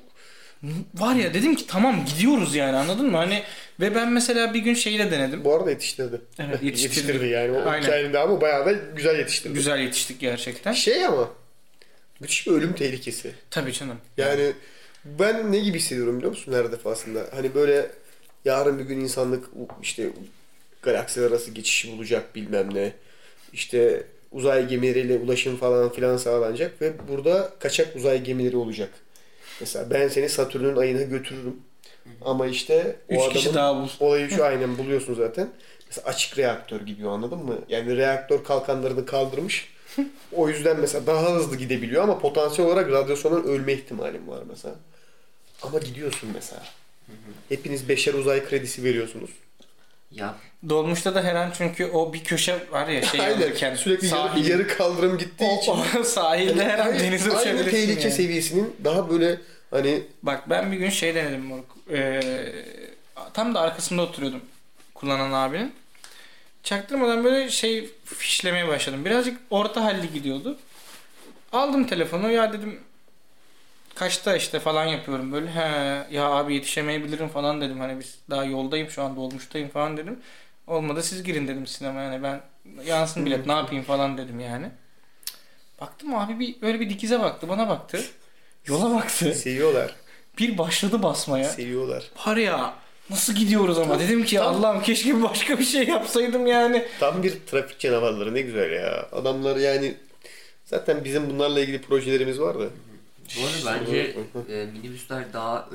Var ya dedim ki tamam gidiyoruz yani anladın mı? Hani ve ben mesela bir gün şeyi de denedim. bu arada yetiştirdi. Evet, Yetiştirdi yani. O Aynen. hikayenin ama bayağı da güzel yetiştirdi. Güzel yetiştik gerçekten. Şey ama müthiş bir ölüm tehlikesi. Tabii canım. Yani ben ne gibi hissediyorum biliyor musun her defasında? Hani böyle yarın bir gün insanlık işte galaksiler arası geçişi bulacak bilmem ne. İşte uzay gemileriyle ulaşım falan filan sağlanacak ve burada kaçak uzay gemileri olacak. Mesela ben seni Satürn'ün ayına götürürüm. Ama işte o 3 kişi adamın daha bul. olayı şu aynen buluyorsun zaten. Mesela açık reaktör gibi anladın mı? Yani reaktör kalkanlarını kaldırmış. O yüzden mesela daha hızlı gidebiliyor ama potansiyel olarak radyasyondan ölme ihtimalim var mesela. Ama gidiyorsun mesela. Hepiniz 5'er uzay kredisi veriyorsunuz. Ya Dolmuşta da her an çünkü o bir köşe var ya şey Aynen. alırken Sürekli sahil, yarı kaldırım gittiği için. o sahilde her an Aynı- denize Aynı uçabilirsin tehlike yani. seviyesinin daha böyle hani Bak ben bir gün şey denedim moruk. Tam da arkasında oturuyordum kullanan abinin. Çaktırmadan böyle şey fişlemeye başladım. Birazcık orta halli gidiyordu. Aldım telefonu ya dedim kaçta işte falan yapıyorum böyle. He ya abi yetişemeyebilirim falan dedim. Hani biz daha yoldayım şu an dolmuştayım falan dedim. Olmadı siz girin dedim sinemaya. Yani ben yansın bilet ne yapayım falan dedim yani. Baktım abi böyle bir dikize baktı bana baktı. Yola baktı. seviyorlar. Bir başladı basmaya. Seviyorlar. Var ya nasıl gidiyoruz ama dedim ki Allah'ım keşke başka bir şey yapsaydım yani. Tam bir trafik canavarları ne güzel ya. Adamlar yani zaten bizim bunlarla ilgili projelerimiz var da. bu arada bence minibüsler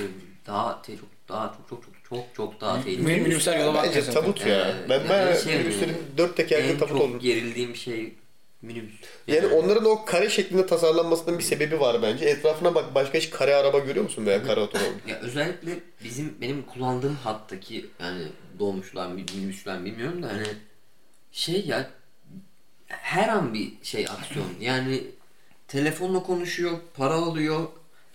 çok daha tehlikeli. Minibüsler yola Bence bakmıyor tabut zaten. ya. Ben Yani bayağı şey minibüslerin 4 tekerli En tabut çok oldum. gerildiğim şey minibüs. Yani onların o kare şeklinde tasarlanmasının bir sebebi var bence. Etrafına bak başka hiç kare araba görüyor musun veya kare otomobil? Ya özellikle benim kullandığım hattaki yani dolmuşlar, minibüsler bilmiyorum da hani şey ya her an bir şey aksiyon. Yani telefonla konuşuyor, para alıyor,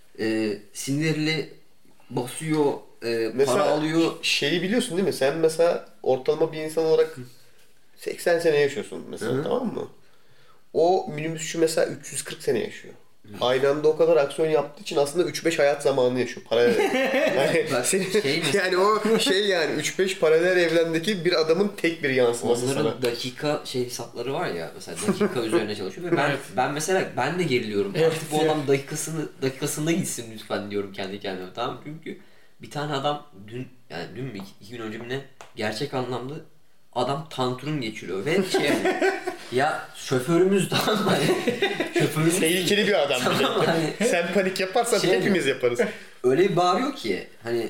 sinirli basıyor, para alıyor. Şeyi biliyorsun değil mi? Sen mesela ortalama bir insan olarak 80 sene yaşıyorsun mesela, Hı. tamam mı? O minibüsçü mesela 340 sene yaşıyor. Aynı anda o kadar aksiyon yaptığı için aslında 3-5 hayat zamanı yaşıyor. Paralel. Yani, Bak, şey mesela- yani o şey yani 3-5 paralel evrendeki bir adamın tek bir yansıması Onların sana. dakika hesapları var ya mesela dakika üzerine çalışıyor ve ben mesela ben de geriliyorum. Evet, Artık bu adam dakikasında gitsin lütfen diyorum kendi kendime, tamam mı? Çünkü bir tane adam dün mü 2 gün önce mi ne gerçek anlamda adam tantrum geçiriyor ve şey ya şoförümüz tamam mı? Şoförümüz Tehlikeli bir adam bile. Tamam, hani- Sen panik yaparsan Şey hepimiz yaparız. öyle bir bağırıyor ki hani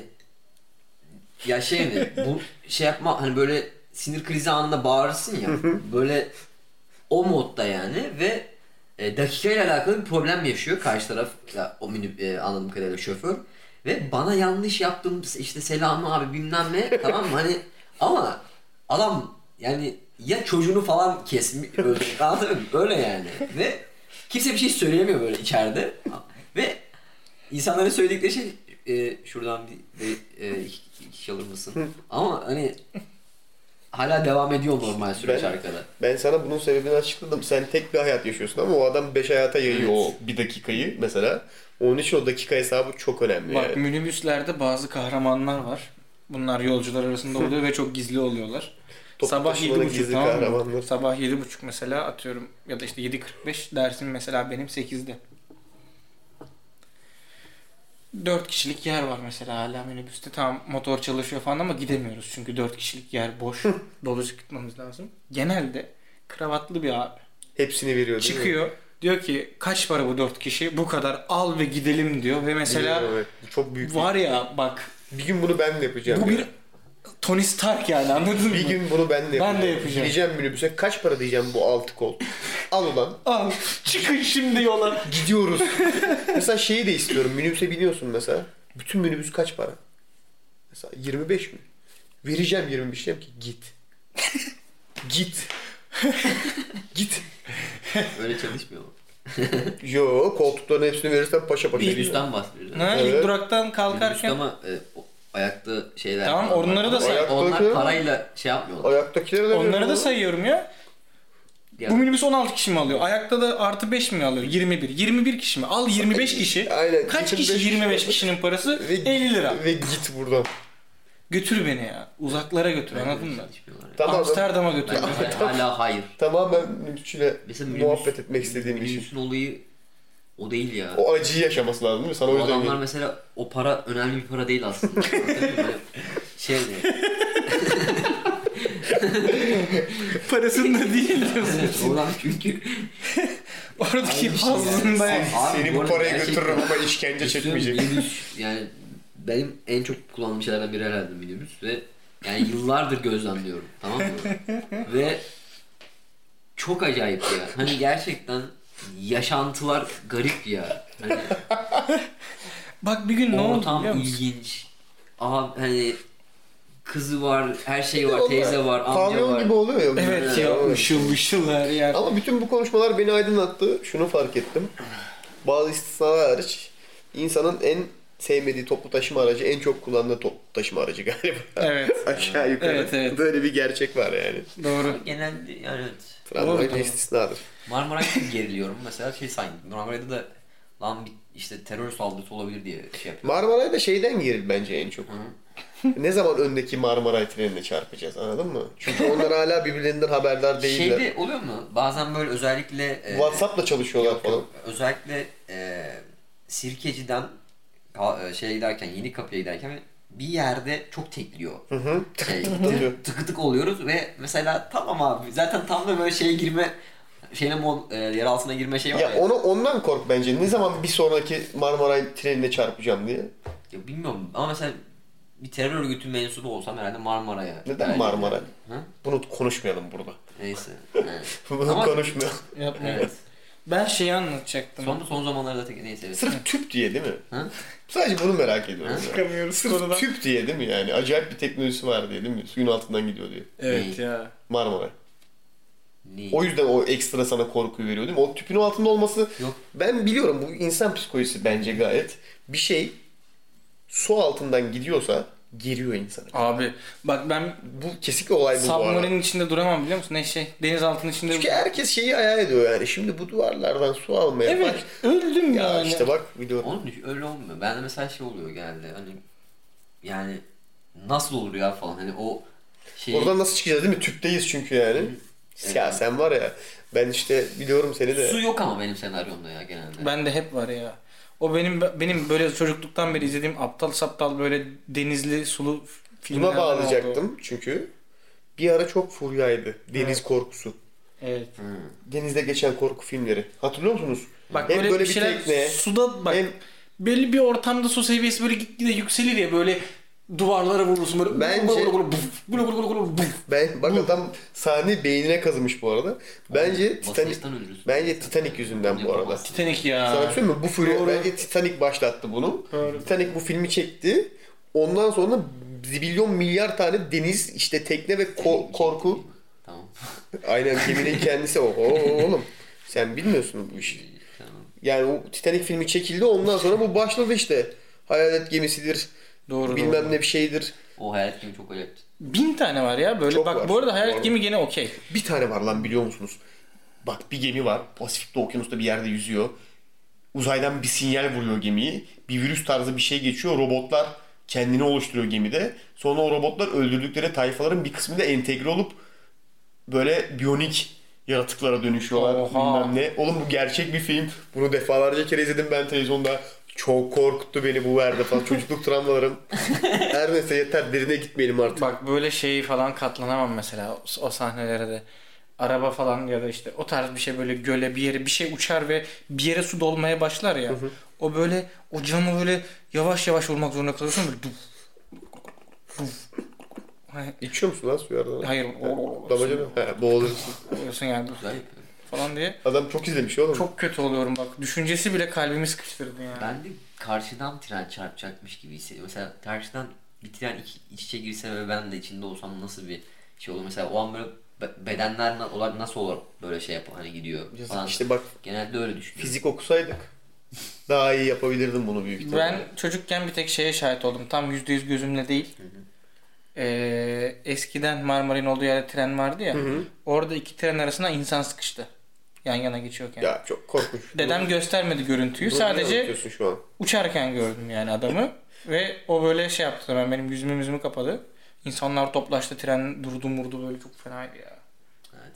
ya şey mi bu şey yapma hani böyle sinir krizi anında bağırırsın ya böyle o modda yani ve dakikayla alakalı bir problem yaşıyor karşı taraf ya, o anladığım kadarıyla şoför ve bana yanlış yaptım işte selamı abi bilmem ne tamam mı hani ama adam yani ya çocuğunu falan kesmiş öldürmüş anladın mı öyle yani ve kimse bir şey söyleyemiyor böyle içeride ve insanların söyledikleri şey şuradan iki kişi alır mısın ama hani hala devam ediyor normal süreç arkada. Ben sana bunun sebebini açıkladım. Sen tek bir hayat yaşıyorsun ama o adam 5 hayata yayıyor Evet. o bir dakikayı mesela. Onun için o dakika hesabı çok önemli Bak yani. minibüslerde bazı kahramanlar var. Bunlar yolcular arasında oluyor ve çok gizli oluyorlar. Toplu Sabah taşımanın 7.30 gizli tamam mı? kahramanları. Sabah 7.30 mesela atıyorum ya da işte 7.45 dersim mesela benim 8'de. 4 kişilik yer var mesela hala minibüste. Tamam motor çalışıyor falan ama gidemiyoruz. Çünkü 4 kişilik yer boş. Dolucuk gitmemiz lazım. Genelde kravatlı bir abi. Hepsini veriyor değil mi? Çıkıyor. Diyor ki kaç para bu 4 kişi? Bu kadar al ve gidelim diyor. Ve mesela Biliyorum, evet. Bu çok büyük. var ya bak Bir gün bunu ben de yapacağım. bu ya. bir Tony Stark yani anladın mı? Bir gün bunu ben de yapacağım. Ben de yapacağım. Gideceğim minibüse, kaç para diyeceğim bu 6 kol. Al ulan. Al çıkın şimdi yola. Gidiyoruz. Mesela şeyi de istiyorum. Minibüse biniyorsun mesela. Bütün minibüs kaç para? Mesela 25 mi? Vereceğim 25 diyeceğim ki git. Git. Git. Öyle çalışmıyor mu? Yo, koltukların hepsini verirsen paşa paşa. Minibüsten bahsediyoruz. Ha, Evet. ilk duraktan Minibüste kalkarken ama ayakta şeyler. Tamam, falan var. onları da Ama say. Onlar Ayaktakiler- parayla şey yapmıyorlar. Ayaktakileri de onları da veriyorum. sayıyorum ya. Ya, Bu minibüs 16 kişi mi alıyor? Ayakta da artı 5 mi alıyor? 21. 21 kişi mi? Al 25 kişi. Aynen. Kaç kişi 25 25 kişinin parası? Ve- 50 lira. Ve git buradan. Götür beni ya. Uzaklara götür öyle anladın mı? çalışmıyorlar ya. Tamam. Amsterdam'a götür. Hala hayır. Tamamen minibüsçüyle Mesela muhabbet etmek istediğim bir şey. minibüsün olayı o değil ya. O acıyı yaşaması lazım değil mi? Sana o O yüzden adamlar geliyor. mesela o para önemli bir para değil aslında. Anlatabiliyor muyum? Böyle şey ne? Parasında değil diyorsun. Oradan çünkü Oradaki Aynı şey yani. hazında Abi, Seni bu arada paraya gerçekten- götürürüm ama işkence çekmeyecek. Minibüs yani benim en çok kullandığım şeylerden biri herhalde minibüs ve yani yıllardır gözlemliyorum, tamam mı? Ve çok acayip ya. Hani gerçekten yaşantılar garip ya. Hani Bak bir gün ne oldu ortam biliyor musun? ilginç. Aha hani kızı var, her şey var, Onlar teyze var, amca Pavyon var. gibi oluyor ya. Evet ya Evet. ışıl ışıl her yer. Ama bütün bu konuşmalar beni aydınlattı. Şunu fark ettim. Bazı istisnalar hariç insanın en sevmediği toplu taşıma aracı en çok kullandığı toplu taşıma aracı galiba. Evet. Aşağı yukarı. Evet, evet. Böyle bir gerçek var yani. Doğru. Genelde yani evet. Tramvay Doğru. bir istisnadır. Marmaray'da geriliyorum. Mesela şey sanki Marmaray'da da lan bir işte terör saldırısı olabilir diye şey yapıyorum. Marmaray'da şeyden geril bence en çok. Ne zaman öndeki Marmaray trenine çarpacağız, anladın mı? Çünkü onlar hala birbirlerinden haberdar değiller. Şeyde oluyor mu? Bazen böyle özellikle WhatsApp'la çalışıyorlar yok, falan. yok. Özellikle Sirkeci'den şeye giderken, Yeni Kapı'ya giderken bir yerde çok tekliyor. Hı hı. Şey, Oluyor. tıkı tık oluyoruz ve mesela tamam abi zaten tam da böyle şeye girme yer altına girme şey var ya. Ya ondan kork bence. Ne zaman bir sonraki Marmaray trenine çarpacağım diye. Ya bilmiyorum ama mesela bir terör örgütü mensubu olsam herhalde Marmara'ya. Neden tercih Marmara? ederim. Ha? Bunu konuşmayalım burada. Neyse. Evet. Bunu Ama- konuşmayalım. Yapmayın. Evet. Ben şeyi anlatacaktım. Son zamanlarda neyse. Evet. Sırf tüp diye değil mi? Ha? Sadece bunu merak ediyorum. ya. Çıkamıyoruz Sırf sonradan. tüp diye değil mi yani? Acayip bir teknolojisi var diye değil mi? Suyun altından gidiyor diye. Evet ya. Marmara. Ne? O yüzden o ekstra sana korkuyu veriyor değil mi? O tüpün altında olması... Yok. Ben biliyorum bu insan psikolojisi bence gayet. Bir şey su altından gidiyorsa geriyor insanı. Abi bak ben Bu kesinlikle olay bu arada. submarine'in içinde duramam biliyor musun? Ne şey denizaltının içinde. Çünkü herkes şeyi hayal ediyor yani. Şimdi bu duvarlardan su almaya Evet öldüm Ya yani. işte bak biliyorum. Onun öyle olmuyor. Bende mesela şey oluyor genelde hani yani nasıl olur ya falan hani o şey Oradan nasıl çıkacağız değil mi? Tüpteyiz çünkü yani. Ya Evet. sen var ya. Ben işte biliyorum seni de. su yok ama benim senaryomda ya genelde. Bende hep var ya. O benim böyle çocukluktan beri izlediğim aptal saptal böyle denizli sulu filmlerden Buna bağlayacaktım oldu. çünkü bir ara çok furyaydı. Deniz korkusu. Evet. Denizde geçen korku filmleri. Hatırlıyor musunuz? Bak Hep böyle, böyle bir bir şeyler tekne, suda bak hem- belli bir ortamda su seviyesi böyle gitgide yükselir ya böyle duvarlara vurursun böyle. Bence- Buf. Ben bak adam sahne beynine kazımış bu arada. Bence Titanic Basınçtan ölürüz. bence Titanic yüzünden bu arada. Titanic ya. Sana bir şey söyleyeyim mi? Bu furya Doğru. bence Titanic başlattı bunu. Doğru. Titanic bu filmi çekti. Ondan sonra zibilyon milyar tane deniz işte tekne ve korku. Tamam. Aynen geminin kendisi o. Oğlum sen bilmiyorsun bu işi. Tamam. Yani o Titanic filmi çekildi ondan sonra bu başladı işte. Hayalet gemisidir. Doğru, bilmem doğru. ne bir şeydir. O hayat gibi çok acayip. 1000 tane var ya böyle. Çok Bak var. bu arada hayalet Doğru. gemi gene okey. Bir tane var lan biliyor musunuz? Bak bir gemi var. Pasifik'te okyanusta bir yerde yüzüyor. Uzaydan bir sinyal vuruyor gemiyi. Bir virüs tarzı bir şey geçiyor. Robotlar kendini oluşturuyor gemide. Sonra o robotlar öldürdükleri tayfaların bir kısmında entegre olup böyle biyonik yaratıklara dönüşüyorlar. Oha. Bilmem ne. Oğlum bu gerçek bir film. Bunu defalarca kere izledim ben televizyonda. Çok korkuttu beni bu verdi falan. Çocukluk travmalarım. Her neyse yeter, derine gitmeyelim artık. Bak böyle şeyi falan katlanamam mesela o sahnelere de. Araba falan ya da işte o tarz bir şey, böyle göle bir yere bir şey uçar ve bir yere su dolmaya başlar ya. O böyle o camı böyle yavaş yavaş vurmak zorunda kalıyorsun böyle. Duf, duf. İçiyor musun lan suyu arada? Hayır. Damacana. He, boğulursun. Oluyorsun yani Güzel yapıyor. falan diye. Adam çok izlemiş oğlum. Çok kötü oluyorum bak. Düşüncesi bile kalbimi sıkıştırdı yani. Ben de karşıdan tren çarpacakmış gibi hissediyorum. Mesela karşıdan bir tren iç içe girse ve ben de içinde olsam nasıl bir şey olur? Mesela o an böyle bedenler olarak nasıl olur böyle şey yapar hani gidiyor falan. İşte bak, Genelde öyle düşünüyorum. fizik okusaydık daha iyi yapabilirdim bunu büyük ihtimalle. Ben çocukken bir tek şeye şahit oldum. Tam %100 gözümle değil. Eskiden Marmaray'ın olduğu yerde tren vardı ya. Orada iki tren arasına insan sıkıştı. Yan yana geçiyorken. Ya çok korkunç. Dedem göstermedi görüntüyü. Bunu Sadece anlatıyorsun şu an. uçarken gördüm yani adamı. Ve o böyle şey yaptı. Ben benim yüzümü kapadı. İnsanlar toplaştı. Tren durdu böyle, çok fenaydı ya. Evet.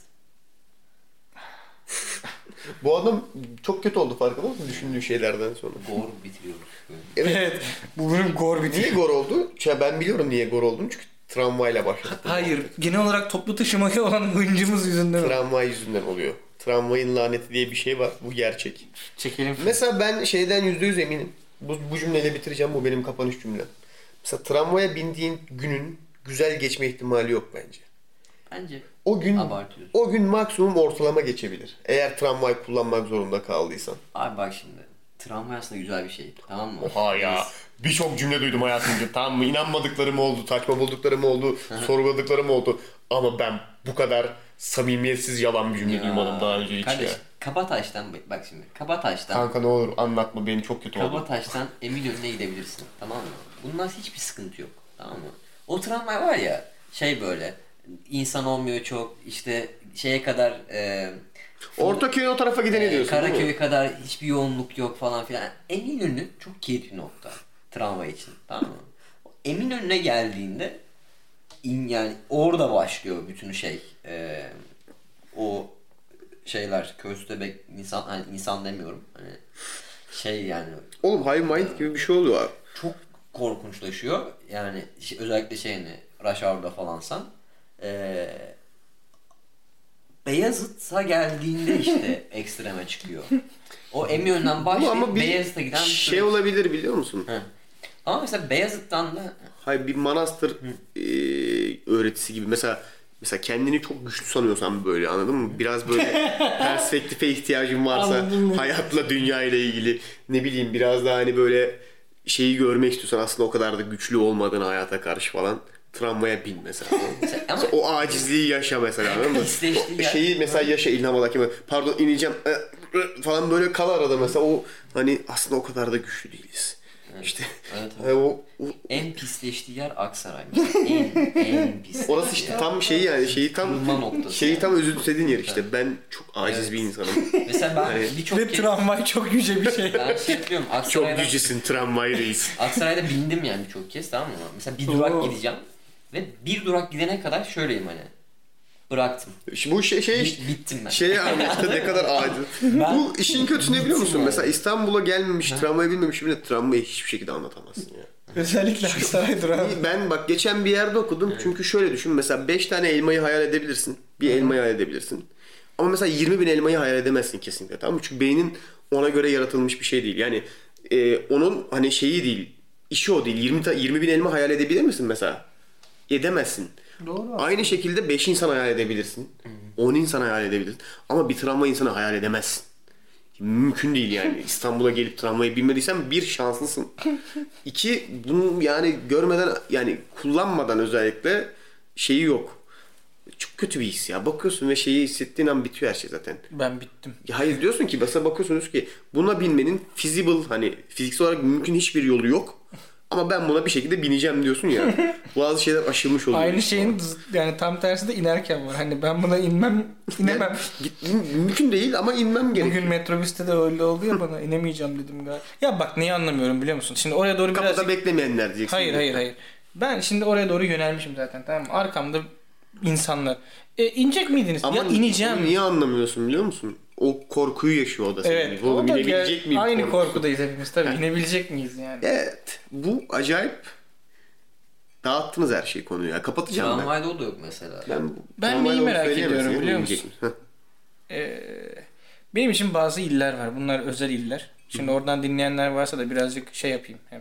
Bu adam çok kötü oldu, farkında mısın düşündüğü şeylerden sonra? Gor bitiriyoruz. Evet. Bu bölüm gore Niye bitiyor. gor oldu? Ben biliyorum niye gor olduğunu, çünkü tramvayla başladı. Hayır. Genel olarak toplu taşımaya olan hıncımız yüzünden. Tramvay yüzünden oluyor. Tramvayın laneti diye bir şey var. Bu gerçek. Çekelim. Mesela ben şeyden %100 eminim. Bu cümleyle bitireceğim. Bu benim kapanış cümlem. Mesela tramvaya bindiğin günün güzel geçme ihtimali yok bence. Bence O gün maksimum ortalama geçebilir. Eğer tramvay kullanmak zorunda kaldıysan. Abi bak şimdi. Tramvay aslında güzel bir şey. Tamam mı? Oha ya. Birçok cümle duydum hayatımda. Tamam mı? İnanmadıklarım oldu, saçma bulduklarım oldu, sorguladıklarım oldu. Ama ben bu kadar samimiyetsiz yalan bir cümle duymadım daha önce hiç kardeş, ya. Kabataş'tan bak şimdi. Kabataş'tan Kanka ne olur anlatma, beni çok kötü oldu. Kabataş'tan Eminönü'ne gidebilirsin. Tamam mı? Bundan hiçbir sıkıntı yok. Tamam mı? O tramvay var ya şey böyle insan olmuyor çok, işte şeye kadar Ortaköy'ün o tarafa gideni diyorsun değil mi? Karaköy'e kadar hiçbir yoğunluk yok falan filan. Eminönü çok kilit bir nokta tramvay için. Tamam mı? Eminönü'ne geldiğinde yani orada başlıyor bütün şey. O şeyler köstebek insan, hani insan demiyorum. Hani şey yani Oğlum Hive Mind gibi bir şey oluyor abi. çok korkunçlaşıyor. Yani özellikle şeyini Rush Hour'da falansan. Beyazıt'a geldiğinde işte ekstreme çıkıyor. O Eminönü'nden başlayıp Beyazıt'a giden bir şey olabilir biliyor musun? He. Ama mesela Beyazıt'tan da Hayır, bir manastır öğretisi gibi. Mesela kendini çok güçlü sanıyorsan böyle, anladın mı? Biraz böyle perspektife ihtiyacın varsa hayatla, dünya ile ilgili, ne bileyim, biraz daha hani böyle şeyi görmek istiyorsan, aslında o kadar da güçlü olmadığını hayata karşı falan, tramvaya bin mesela. Mesela o acizliği yaşa mesela, anladın mı? O şeyi mesela yaşa, İlham Alakim. Pardon, ineceğim falan, böyle kal arada mesela. O hani aslında o kadar da güçlü değiliz. Evet. İşte evet. En pisleştiği yer Aksaray. en pis. Orası işte tam şeyi yani, şeyi tam özümsediğin yer işte. Ben çok aciz bir insanım. Mesela ben birçok kez... tramvay çok yüce bir şey. Ben şey yapıyorum. Çok yücesin tramvay reis. Aksaray'da bindim yani birçok kez, tamam mı? Mesela bir durak gideceğim. Ve bir durak gidene kadar şöyleyim hani. Bıraktım. Bu bittim ben. Şey anlattı ne kadar acil. Bu işin kötüsü ne biliyor musun? Yani. Mesela İstanbul'a gelmemiş, tramvaya binmemiş birine tramvayı hiçbir şekilde anlatamazsın ya. Özellikle Aksaray durağı. Ben bak geçen bir yerde okudum. Evet. Çünkü şöyle düşün, mesela 5 tane elmayı hayal edebilirsin. Bir elmayı hayal edebilirsin. Ama mesela 20.000 elmayı hayal edemezsin kesinlikle, tamam mı? Çünkü beynin ona göre yaratılmış bir şey değil. Yani onun hani şeyi değil, işi o değil. 20.000 elma hayal edebilir misin mesela? Edemezsin. Doğru. Aynı şekilde 5 insan hayal edebilirsin. 10 insan hayal edebilirsin. Ama bir tramvay insanı hayal edemezsin. Mümkün değil yani. İstanbul'a gelip tramvayı bilmediysen bir, şanslısın. 2, bunu yani görmeden, yani kullanmadan özellikle şeyi yok. Çok kötü bir his ya. Bakıyorsun ve şeyi hissettiğin an bitiyor her şey zaten. Ben bittim. Ya hayır, diyorsun ki mesela, bakıyorsunuz ki buna binmenin feasible, hani fiziksel olarak mümkün hiçbir yolu yok. Ama ben buna bir şekilde bineceğim diyorsun ya. Bazı şeyler aşılmış oluyor. Aynı şeyin yani tam tersi de inerken var. Hani ben buna inemem. Mümkün değil ama inmem gerekiyor. Bugün metrobüste de öyle oldu ya, bana inemeyeceğim dedim galiba. Ya bak neyi anlamıyorum biliyor musun? Şimdi oraya doğru kapıda birazcık... beklemeyenler diyeceksin. Hayır. Ben şimdi oraya doğru yönelmişim zaten, tamam mı? Arkamda insanlar. İnecek miydiniz? Ama ya ineceğim. Niye anlamıyorsun biliyor musun? o korkuyu yaşıyor o da senin Evet. gibi. Oğlum o da inebilecek miyim? aynı korkusu. korkudayız hepimiz tabii. İnebilecek miyiz yani? Evet. Bu acayip dağıttınız her şeyi konuyu. Ya. Kapatacağım ben. Tramvayda o da yok mesela. Ben tramvayda neyi onu merak söyleyemezsin ediyorum ya, biliyor inecek musun? misin? Benim için bazı iller var. Bunlar özel iller. Şimdi oradan dinleyenler varsa da birazcık şey yapayım hem.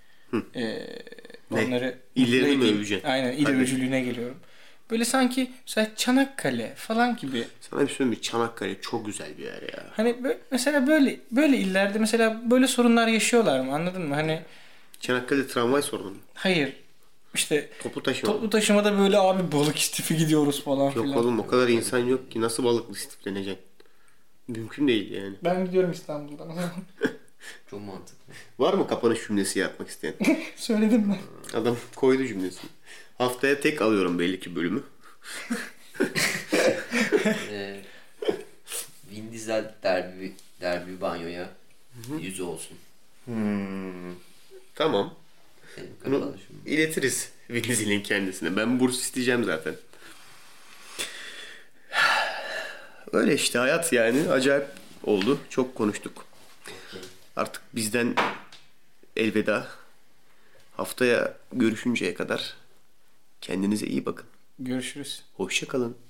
Onları İllerini mutlu mi edeyim. öveceksin? Aynen, il Hadi. övücülüğüne geliyorum. Böyle sanki mesela Çanakkale falan gibi. Sana bir söyleyeyim mi? Çanakkale çok güzel bir yer ya. Hani mesela böyle illerde mesela böyle sorunlar yaşıyorlar mı? Anladın mı? Hani Çanakkale'de tramvay sorunu mu? hayır. İşte Toplu taşıma. toplu taşımada böyle abi balık istifi gidiyoruz falan Yok filan. oğlum o kadar insan yok ki nasıl balıklı istifleneceksin? Mümkün değil yani. Ben gidiyorum İstanbul'dan o zaman. Çok mantıklı. Var mı kapanış cümlesi yapmak isteyen? Söyledim mi? Adam koydu cümlesini. Haftaya tek alıyorum belli ki bölümü. Vin Diesel derbi banyoya yüzü olsun. Tamam. Benim Bunu kapanışım. iletiriz Vin Diesel'in kendisine. Ben burs isteyeceğim zaten. Öyle işte hayat yani. Acayip oldu. Çok konuştuk. Artık bizden elveda. Haftaya görüşünceye kadar kendinize iyi bakın. Görüşürüz. Hoşça kalın.